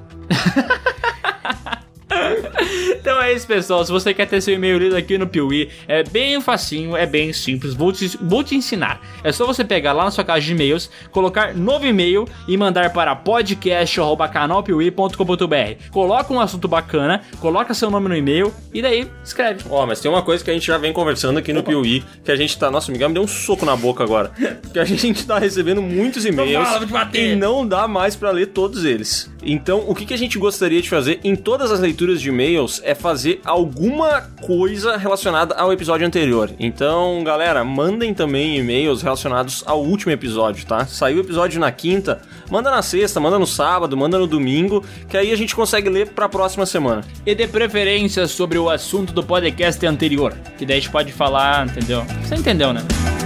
Então é isso, pessoal. Se você quer ter seu e-mail lido aqui no Piuí, é bem facinho, é bem simples. Vou te ensinar. É só você pegar lá na sua caixa de e-mails, colocar novo e-mail e mandar para podcast@canalpiuí.com.br. Coloca um assunto bacana, coloca seu nome no e-mail e daí escreve. Mas tem uma coisa que a gente já vem conversando aqui no Piuí, que a gente tá... Nossa, o Miguel me deu um soco na boca agora. Porque a gente tá recebendo muitos e-mails e não dá mais pra ler todos eles. Então, o que a gente gostaria de fazer em todas as leituras de e-mails é fazer alguma coisa relacionada ao episódio anterior. Então, galera, mandem também e-mails relacionados ao último episódio, tá? Saiu o episódio na quinta, manda na sexta, manda no sábado, manda no domingo, que aí a gente consegue ler pra próxima semana. E de preferência sobre o assunto do podcast anterior, que daí a gente pode falar, entendeu? Você entendeu, né?